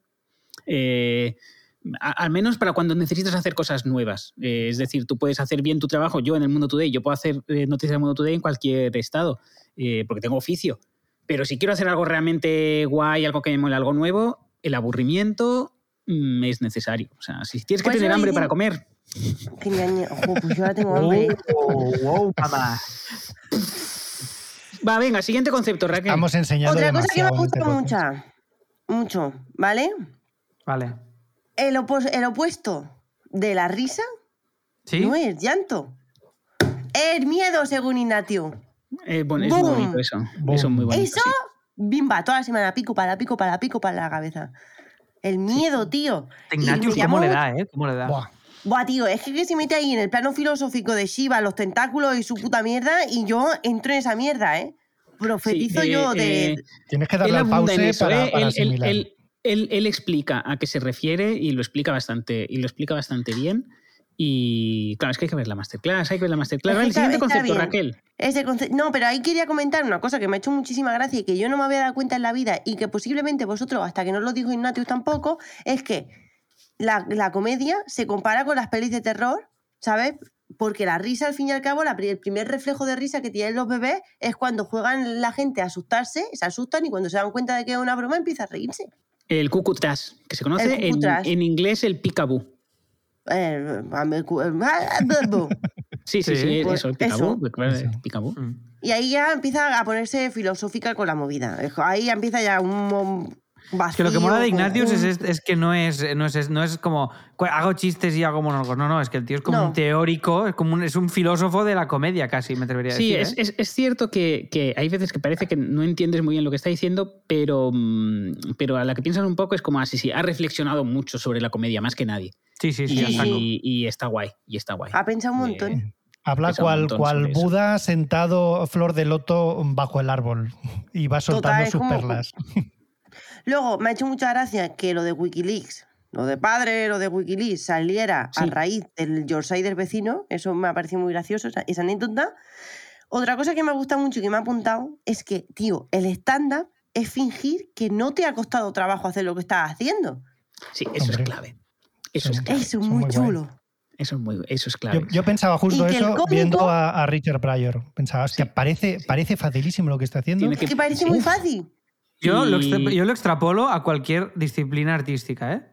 Speaker 3: Eh, a- al menos para cuando necesitas hacer cosas nuevas. Eh, es decir, tú puedes hacer bien tu trabajo. Yo en el Mundo Today, yo puedo hacer eh, noticias del Mundo Today en cualquier estado, eh, porque tengo oficio. Pero si quiero hacer algo realmente guay, algo que me mole, algo nuevo, el aburrimiento mm, es necesario. O sea, si tienes que
Speaker 2: Pues
Speaker 3: tener
Speaker 2: eso
Speaker 3: hambre
Speaker 2: dicen-
Speaker 3: para comer,
Speaker 2: Qué ñaña. Ojo, pues yo ahora tengo hambre.
Speaker 1: Oh, wow, mamá.
Speaker 3: va, venga, siguiente concepto, Raquel.
Speaker 4: Estamos enseñando
Speaker 2: Otra cosa que me ha
Speaker 4: demasiado en este
Speaker 2: gustado
Speaker 4: podcast.
Speaker 2: mucho, mucho, ¿vale?
Speaker 1: Vale.
Speaker 2: El, opos- el opuesto de la risa
Speaker 1: ¿Sí?
Speaker 2: no es llanto. Es miedo, según Ignatio.
Speaker 3: Eh, bueno, es muy
Speaker 2: Boom.
Speaker 3: bonito eso.
Speaker 4: Boom.
Speaker 3: Eso es muy bonito.
Speaker 2: Eso,
Speaker 3: sí.
Speaker 2: bimba, toda la semana, pico para, pico para, pico para la cabeza. El miedo, tío. Y
Speaker 1: Ignatius,
Speaker 2: me
Speaker 1: ¿cómo
Speaker 2: llamó
Speaker 1: le
Speaker 2: mucho-
Speaker 1: da, eh? ¿Cómo le da?
Speaker 4: Buah.
Speaker 2: Buah, tío, es que, que se mete ahí en el plano filosófico de Shiva, los tentáculos y su puta mierda, y yo entro en esa mierda, ¿eh? Profetizo
Speaker 3: Sí, eh,
Speaker 2: yo de...
Speaker 3: eh,
Speaker 4: Tienes que
Speaker 3: él
Speaker 4: darle al
Speaker 3: abunda en
Speaker 4: pause
Speaker 3: eso,
Speaker 4: para,
Speaker 3: ¿eh?
Speaker 4: para
Speaker 3: Él- él,
Speaker 4: asimilar.
Speaker 3: él- él- él explica a qué se refiere y lo explica bastante, y lo explica bastante bien. Y claro, es que hay que ver la masterclass, hay que ver la masterclass.
Speaker 2: Es que
Speaker 3: Vale, el
Speaker 2: está-
Speaker 3: siguiente
Speaker 2: está
Speaker 3: concepto,
Speaker 2: bien.
Speaker 3: Raquel.
Speaker 2: Ese conce- No, pero ahí quería comentar una cosa que me ha hecho muchísima gracia y que yo no me había dado cuenta en la vida y que posiblemente vosotros, hasta que no lo dijo Ignatius tampoco, es que la, la comedia se compara con las pelis de terror, ¿sabes? Porque la risa, al fin y al cabo, la pri- el primer reflejo de risa que tienen los bebés es cuando juegan la gente a asustarse, se asustan y cuando se dan cuenta de que es una broma empieza a reírse.
Speaker 3: El cucutrash, que se conoce
Speaker 2: El
Speaker 3: en,
Speaker 2: cucutrash.
Speaker 3: en inglés el peekaboo.
Speaker 2: Eh, ame- cu- ah, bu- bu.
Speaker 3: Sí, sí,
Speaker 1: Sí,
Speaker 3: sí,
Speaker 2: pues
Speaker 3: eso, el peekaboo.
Speaker 2: eso.
Speaker 3: claro, el
Speaker 4: Eso.
Speaker 3: peekaboo.
Speaker 1: Mm.
Speaker 2: Y ahí ya empieza a ponerse filosófica con la movida. Ahí ya empieza ya un... mo- vacío.
Speaker 1: Es que lo que mola de Ignatius es,
Speaker 2: conjunto.
Speaker 1: es, es que no es, no, es, no es como hago chistes y hago monólogos. No, no, es que el tío es como
Speaker 2: No.
Speaker 1: un teórico, es como un, es un filósofo de la comedia casi, me atrevería a
Speaker 3: Sí,
Speaker 1: decir.
Speaker 3: es,
Speaker 1: ¿eh?
Speaker 3: es, es cierto que, que hay veces que parece que no entiendes muy bien lo que está diciendo, pero, mm, pero a la que piensas un poco es como así, sí, ha reflexionado mucho sobre la comedia, más que nadie.
Speaker 1: Sí, sí, sí.
Speaker 3: y,
Speaker 1: a saco.
Speaker 3: y, y está guay, y está guay.
Speaker 2: Ha pensado un montón.
Speaker 3: Eh,
Speaker 4: Habla
Speaker 3: Pesa un
Speaker 4: cual,
Speaker 3: montón
Speaker 4: cual
Speaker 3: sobre eso.
Speaker 4: Buda sentado flor de loto bajo el árbol y va soltando
Speaker 2: Total, es
Speaker 4: sus
Speaker 2: como-
Speaker 4: perlas.
Speaker 2: Luego, me ha hecho mucha gracia que lo de Wikileaks, lo de padre, lo de Wikileaks, saliera a
Speaker 3: Sí.
Speaker 2: raíz del Yorkshire vecino. Eso me ha parecido muy gracioso, esa, esa anécdota. Otra cosa que me ha gustado mucho y que me ha apuntado es que, tío, el stand-up es fingir que no te ha costado trabajo hacer lo que estás haciendo.
Speaker 3: Sí, eso
Speaker 4: Hombre.
Speaker 3: es clave. Eso
Speaker 4: Sí.
Speaker 3: es clave.
Speaker 2: Eso es
Speaker 4: son
Speaker 2: muy
Speaker 4: muy guay.
Speaker 2: chulo.
Speaker 3: Eso es, muy, eso es clave.
Speaker 4: Yo, yo pensaba justo
Speaker 2: Y que el
Speaker 4: eso
Speaker 2: cómico-
Speaker 4: viendo a, a Richard Pryor. Pensaba, hostia,
Speaker 3: Sí,
Speaker 4: parece,
Speaker 3: sí.
Speaker 4: parece facilísimo lo que está haciendo.
Speaker 3: Tiene
Speaker 2: Es que parece
Speaker 3: sí.
Speaker 2: muy fácil.
Speaker 1: Yo, lo
Speaker 3: Y-
Speaker 1: extra- yo lo extrapolo a cualquier disciplina artística, ¿eh?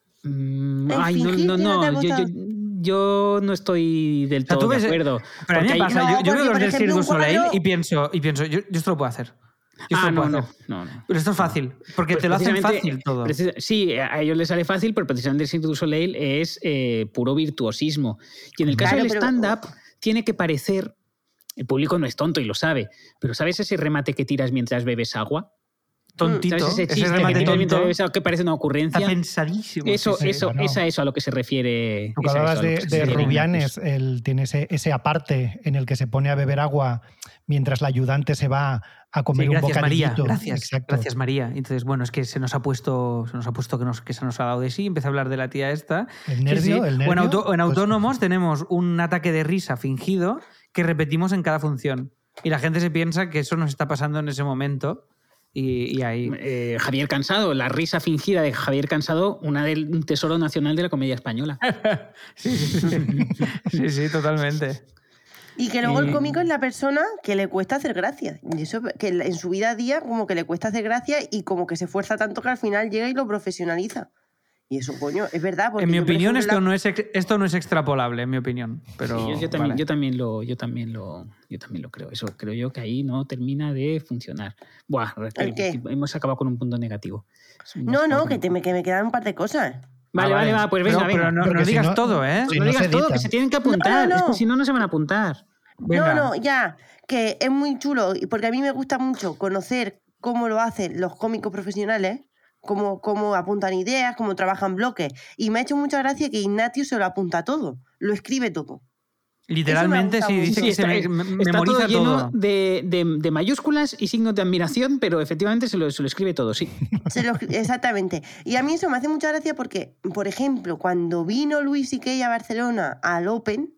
Speaker 3: Mm,
Speaker 2: El
Speaker 3: Ay, no,
Speaker 2: fingir
Speaker 3: no,
Speaker 2: que no te ha
Speaker 3: no. Yo, yo,
Speaker 2: costado.
Speaker 3: yo no estoy del
Speaker 1: sea, tú
Speaker 3: todo de
Speaker 1: ves-
Speaker 3: acuerdo.
Speaker 1: Pero a mí
Speaker 3: Porque
Speaker 1: me
Speaker 3: hay-
Speaker 1: pasa,
Speaker 2: No,
Speaker 1: yo, yo
Speaker 2: porque,
Speaker 1: veo los
Speaker 2: por
Speaker 1: del
Speaker 2: ejemplo,
Speaker 1: Cirque du
Speaker 2: un
Speaker 1: Soleil
Speaker 2: cuadro-
Speaker 1: y pienso, y pienso yo, yo esto lo puedo hacer. Yo esto
Speaker 3: Ah,
Speaker 1: lo
Speaker 3: no,
Speaker 1: puedo
Speaker 3: no,
Speaker 1: hacer.
Speaker 3: no, no.
Speaker 1: Pero esto es fácil, porque
Speaker 3: Pues
Speaker 1: te lo hacen
Speaker 3: precisamente-
Speaker 1: fácil todo.
Speaker 3: precisa- sí, a ellos les sale fácil, pero precisamente el Cirque du Soleil es eh, puro virtuosismo. Y en el caso
Speaker 2: Claro,
Speaker 3: del
Speaker 2: pero-
Speaker 3: stand-up, tiene que parecer. El público no es tonto y lo sabe, pero ¿sabes ese remate que tiras mientras bebes agua?
Speaker 1: Tontito,
Speaker 3: ¿Sabes ese
Speaker 1: ese
Speaker 3: chiste
Speaker 1: remate
Speaker 3: que tiras mientras
Speaker 1: tonto
Speaker 3: bebes agua que parece una
Speaker 1: está
Speaker 3: ocurrencia?
Speaker 1: pensadísimo.
Speaker 3: Eso,
Speaker 1: sí, sí.
Speaker 3: eso,
Speaker 4: claro.
Speaker 3: es a eso a lo que se refiere.
Speaker 4: Tú que
Speaker 3: es a eso
Speaker 4: hablabas
Speaker 3: a lo
Speaker 4: de,
Speaker 3: que se
Speaker 4: de
Speaker 3: refiere
Speaker 4: Rubianes,
Speaker 3: Ignatius.
Speaker 4: él tiene ese, ese aparte en el que se pone a beber agua mientras la ayudante se va a comer
Speaker 1: Sí,
Speaker 4: un
Speaker 1: gracias María,
Speaker 4: bocadillito.
Speaker 1: gracias,
Speaker 4: Exacto.
Speaker 1: gracias María. Entonces, bueno, es que se nos ha puesto, se nos ha puesto que, nos, que se nos ha dado de sí, empieza a hablar de la tía esta.
Speaker 4: El
Speaker 1: Sí,
Speaker 4: nervio,
Speaker 1: sí.
Speaker 4: el
Speaker 1: O en,
Speaker 4: nervio,
Speaker 1: auto- en
Speaker 4: pues-
Speaker 1: autónomos tenemos un ataque de risa fingido que repetimos en cada función. Y la gente se piensa que eso nos está pasando en ese momento. Y, y ahí.
Speaker 3: Eh, Javier Cansado, la risa fingida de Javier Cansado, una del un tesoro nacional de la comedia española.
Speaker 1: Sí, sí, sí. Sí, sí, totalmente.
Speaker 2: Y que luego el
Speaker 3: Eh,
Speaker 2: cómico es la persona que le cuesta hacer gracia. Y eso que en su vida a día como que le cuesta hacer gracia y como que se esfuerza tanto que al final llega y lo profesionaliza. Y eso, coño, es verdad. porque
Speaker 1: En mi
Speaker 2: yo, por
Speaker 1: opinión,
Speaker 2: ejemplo,
Speaker 1: esto
Speaker 2: la-
Speaker 1: no, es, ex- esto no es extrapolable, en mi opinión. Pero,
Speaker 3: Sí, yo, yo también,
Speaker 1: vale.
Speaker 3: yo, también lo, yo, también lo, yo también lo creo. Eso creo yo que ahí no termina de funcionar. Buah,
Speaker 2: ¿El qué?
Speaker 3: hemos acabado con un punto negativo. Hemos
Speaker 2: No,
Speaker 3: acabado
Speaker 2: no,
Speaker 3: con
Speaker 2: que,
Speaker 3: un
Speaker 2: te me,
Speaker 3: punto.
Speaker 2: que me quedan un par de cosas.
Speaker 3: Vale,
Speaker 1: Ah,
Speaker 3: vale, va, pues venga,
Speaker 1: pero,
Speaker 3: venga.
Speaker 1: pero no,
Speaker 4: Porque
Speaker 1: no
Speaker 4: si
Speaker 1: digas
Speaker 4: no-
Speaker 1: todo, ¿eh?
Speaker 3: Pues
Speaker 4: si
Speaker 3: no
Speaker 4: no
Speaker 3: digas
Speaker 4: se
Speaker 3: todo,
Speaker 4: edita.
Speaker 3: que se tienen que apuntar.
Speaker 2: No, no,
Speaker 3: Es que
Speaker 2: no.
Speaker 3: si no, no se van a apuntar.
Speaker 1: Venga.
Speaker 2: No, no, ya. Que es muy chulo, y porque a mí me gusta mucho conocer cómo lo hacen los cómicos profesionales, cómo, cómo apuntan ideas, cómo trabajan bloques. Y me ha hecho mucha gracia que Ignatius se lo apunta todo, lo escribe todo.
Speaker 1: Literalmente,
Speaker 2: Eso
Speaker 1: sí,
Speaker 2: me ha
Speaker 1: dice
Speaker 2: gustado
Speaker 1: que se
Speaker 3: está,
Speaker 1: me-
Speaker 3: está
Speaker 1: memoriza
Speaker 3: todo lleno
Speaker 1: todo.
Speaker 3: De, de- de mayúsculas y signos de admiración, pero efectivamente se lo, se lo escribe todo, sí.
Speaker 2: Se lo- exactamente. Y a mí eso me hace mucha gracia porque, por ejemplo, cuando vino Luis C K a Barcelona al Open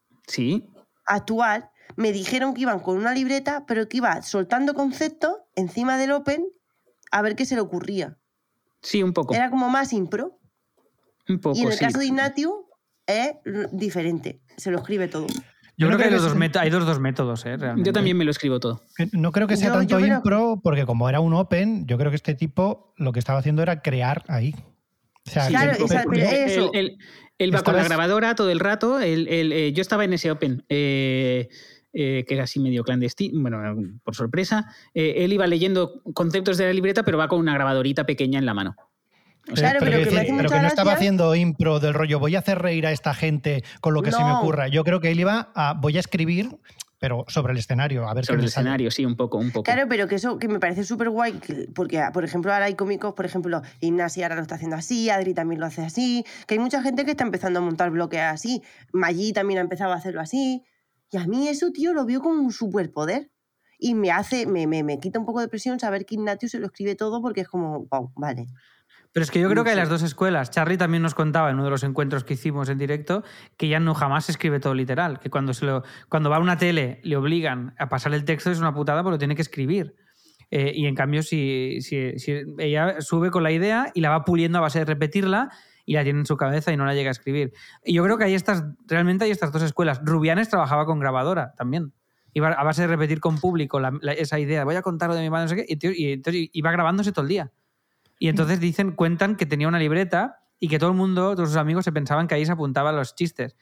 Speaker 3: Sí.
Speaker 2: a actuar, me dijeron que iban con una libreta, pero que iba soltando conceptos encima del Open a ver qué se le ocurría.
Speaker 3: Sí, un poco.
Speaker 2: Era como más impro.
Speaker 3: Un poco,
Speaker 2: Y en el
Speaker 3: sí.
Speaker 2: caso de Ignatius es r- diferente, se lo escribe todo.
Speaker 1: Yo creo que hay
Speaker 4: que
Speaker 1: los dos,
Speaker 4: es-
Speaker 1: métodos, hay los dos métodos, ¿eh? Realmente.
Speaker 3: Yo también me lo escribo todo.
Speaker 4: No creo que sea
Speaker 2: Yo-
Speaker 4: tanto
Speaker 2: yo creo-
Speaker 4: impro, porque como era un open, yo creo que este tipo lo que estaba haciendo era crear ahí. O sea,
Speaker 2: Claro,
Speaker 4: que-
Speaker 2: esa- pero
Speaker 3: Él,
Speaker 2: eso.
Speaker 3: él- él va con la
Speaker 4: Estabas-
Speaker 3: grabadora todo el rato. él- él, eh, yo estaba en ese Open, eh, eh, que era así medio clandestino, bueno, por sorpresa. Eh, él iba leyendo conceptos de la libreta, pero va con una grabadorita pequeña en la mano. O sea,
Speaker 2: Claro, pero
Speaker 4: quiero
Speaker 2: que me hace
Speaker 4: pero
Speaker 2: mucha
Speaker 4: que no estaba
Speaker 2: gracia-
Speaker 4: haciendo impro del rollo, voy a hacer reír a esta gente con lo que se me
Speaker 2: No.
Speaker 4: ocurra. Yo creo que él iba a, voy a escribir, pero sobre el escenario, a ver
Speaker 3: sobre
Speaker 4: qué
Speaker 3: el
Speaker 4: me sale.
Speaker 3: escenario, sí, un poco, un poco.
Speaker 2: Claro, pero que eso que me parece súper guay, que- porque, por ejemplo, ahora hay cómicos, por ejemplo, Ignasi ahora lo está haciendo así, Adri también lo hace así, que hay mucha gente que está empezando a montar bloques así, Maggi también ha empezado a hacerlo así, y a mí eso, tío, lo veo como un superpoder. Y me hace, me, me, me quita un poco de presión saber que Ignatius se lo escribe todo porque es como, wow, vale.
Speaker 1: Pero es que yo creo que hay
Speaker 2: Sí.
Speaker 1: las dos escuelas. Charlie también nos contaba en uno de los encuentros que hicimos en directo que ya no jamás se escribe todo literal, que cuando, se lo, cuando va a una tele le obligan a pasar el texto es una putada porque lo tiene que escribir. Eh, y en cambio, si, si, si ella sube con la idea y la va puliendo a base de repetirla y la tiene en su cabeza y no la llega a escribir. Y yo creo que hay estas, realmente hay estas dos escuelas. Rubianes trabajaba con grabadora también. Iba a base de repetir con público la, la, esa idea. Voy a contar lo de mi madre, no sé qué. Y, tío, y entonces iba grabándose todo el día. Y entonces dicen, cuentan que tenía una libreta y que todo el mundo, todos sus amigos se pensaban que ahí se apuntaban los chistes.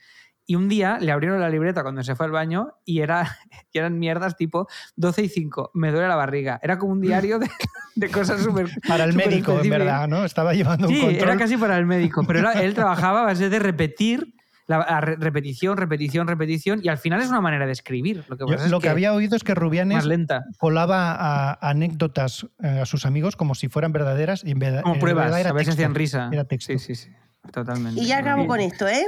Speaker 1: Y un día le abrieron la libreta cuando se fue al baño y, era, y eran mierdas tipo doce y cinco, me duele la barriga. Era como un diario de, de cosas súper...
Speaker 4: Para el
Speaker 1: súper
Speaker 4: médico, en
Speaker 1: específicas.
Speaker 4: verdad, ¿no? Estaba llevando un
Speaker 1: Sí,
Speaker 4: control.
Speaker 1: era casi para el médico, pero era- él trabajaba a base de repetir, la, la re- repetición, repetición, repetición, y al final es una manera de escribir. Lo que,
Speaker 4: Yo
Speaker 1: pasa es
Speaker 4: lo que,
Speaker 1: que
Speaker 4: había oído es que
Speaker 1: más
Speaker 4: Rubianes
Speaker 1: lenta.
Speaker 4: colaba a, a anécdotas eh, a sus amigos como si fueran verdaderas y en verdad,
Speaker 1: Como
Speaker 4: en
Speaker 1: pruebas,
Speaker 4: verdad era
Speaker 1: a ver si
Speaker 4: texto.
Speaker 1: hacían risa.
Speaker 4: Era texto.
Speaker 1: Sí, sí, sí. Totalmente.
Speaker 2: Y ya acabo
Speaker 1: Bien.
Speaker 2: con esto, ¿eh?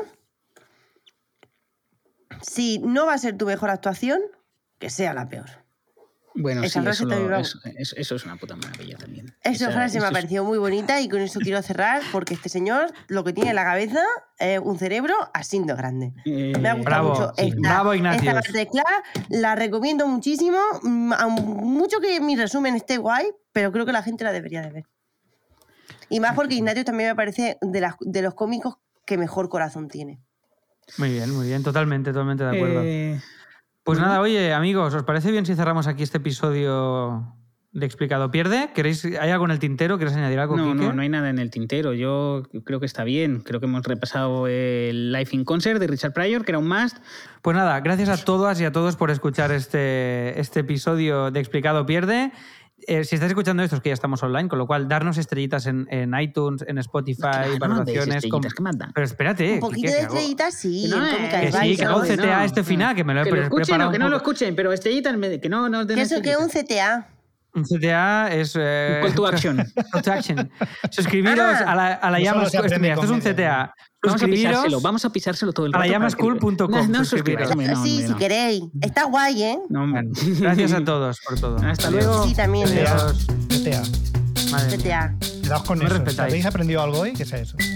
Speaker 2: Si no va a ser tu mejor actuación, que sea la peor.
Speaker 3: Bueno,
Speaker 2: Esa
Speaker 3: sí,
Speaker 2: frase
Speaker 3: eso,
Speaker 2: te ha
Speaker 3: lo-
Speaker 2: vibrado.
Speaker 3: eso, eso- eso es una puta maravilla también.
Speaker 2: Esa
Speaker 3: Esa-
Speaker 2: frase me
Speaker 3: eso
Speaker 2: ha
Speaker 3: es-
Speaker 2: parecido muy bonita y con eso quiero cerrar porque este señor lo que tiene en la cabeza es un cerebro así de grande.
Speaker 3: Eh,
Speaker 2: Me ha gustado
Speaker 1: Bravo,
Speaker 2: mucho
Speaker 1: sí.
Speaker 2: esta,
Speaker 1: Bravo,
Speaker 2: esta
Speaker 1: Ignatius.
Speaker 2: parte clara, la recomiendo muchísimo, mm, a mucho que mi resumen esté guay, pero creo que la gente la debería de ver. Y más porque Ignatius también me parece de, las, de los cómicos que mejor corazón tiene.
Speaker 1: Muy bien, muy bien. Totalmente, totalmente de acuerdo.
Speaker 3: eh,
Speaker 1: Pues nada, oye, amigos, ¿os parece bien si cerramos aquí este episodio de Explicado Pierde? ¿Queréis, ¿Hay algo en el tintero? ¿Quieres añadir algo,
Speaker 3: no,
Speaker 1: Quique?
Speaker 3: no, no hay nada en el tintero. Yo creo que está bien. Creo que hemos repasado el Life in Concert de Richard Pryor, que era un must.
Speaker 1: Pues nada, gracias a todas y a todos por escuchar este, este episodio de Explicado Pierde. Eh, si estáis escuchando esto es que ya estamos online, con lo cual darnos estrellitas en, en iTunes, en Spotify,
Speaker 3: Claro,
Speaker 1: valoraciones.
Speaker 3: estrellitas,
Speaker 1: con-
Speaker 3: ¿qué más da?
Speaker 1: Pero espérate,
Speaker 2: Un poquito
Speaker 1: Quique,
Speaker 2: de
Speaker 1: que hago-
Speaker 2: estrellitas, sí,
Speaker 3: Que no,
Speaker 2: en Cómica
Speaker 3: eh,
Speaker 1: Que
Speaker 2: del
Speaker 1: sí,
Speaker 2: Baile,
Speaker 1: que hago
Speaker 2: ¿no?
Speaker 1: C T A este final, que me lo he
Speaker 3: Que lo
Speaker 1: pre-
Speaker 3: escuchen
Speaker 1: preparado
Speaker 3: o que
Speaker 1: un
Speaker 3: no lo
Speaker 1: poco.
Speaker 3: escuchen, pero estrellitas, en vez de- que no nos den
Speaker 2: ¿Qué es, ¿Qué es un
Speaker 3: estrellitas.
Speaker 2: C T A?
Speaker 1: Un C T A es... eh,
Speaker 3: Call to action.
Speaker 1: Call to action. Suscribiros
Speaker 2: Ah.
Speaker 1: a la, a la
Speaker 4: No
Speaker 1: llama
Speaker 4: solo se
Speaker 1: School.
Speaker 4: aprende
Speaker 1: Mira, esto es un
Speaker 4: comedia,
Speaker 1: C T A.
Speaker 3: Vamos a pisárselo,
Speaker 1: Suscribiros
Speaker 3: vamos a pisárselo todo el
Speaker 1: a
Speaker 3: rato.
Speaker 1: la
Speaker 3: para
Speaker 1: llamaschool punto com,
Speaker 3: que- No, no
Speaker 1: suscribiros.
Speaker 3: suscribáis, hombre, no,
Speaker 2: sí,
Speaker 3: hombre,
Speaker 2: si
Speaker 3: no.
Speaker 2: queréis. Está guay, ¿eh?
Speaker 3: No, hombre.
Speaker 1: Bueno, gracias a todos por todo.
Speaker 3: Hasta
Speaker 1: Adiós.
Speaker 3: luego.
Speaker 2: Sí, también.
Speaker 1: Adiós.
Speaker 4: C T A.
Speaker 1: Madre mía.
Speaker 2: C T A.
Speaker 4: Quedaos con
Speaker 1: No
Speaker 4: eso.
Speaker 1: respetáis.
Speaker 4: ¿Habéis aprendido algo hoy? ¿Qué sea eso?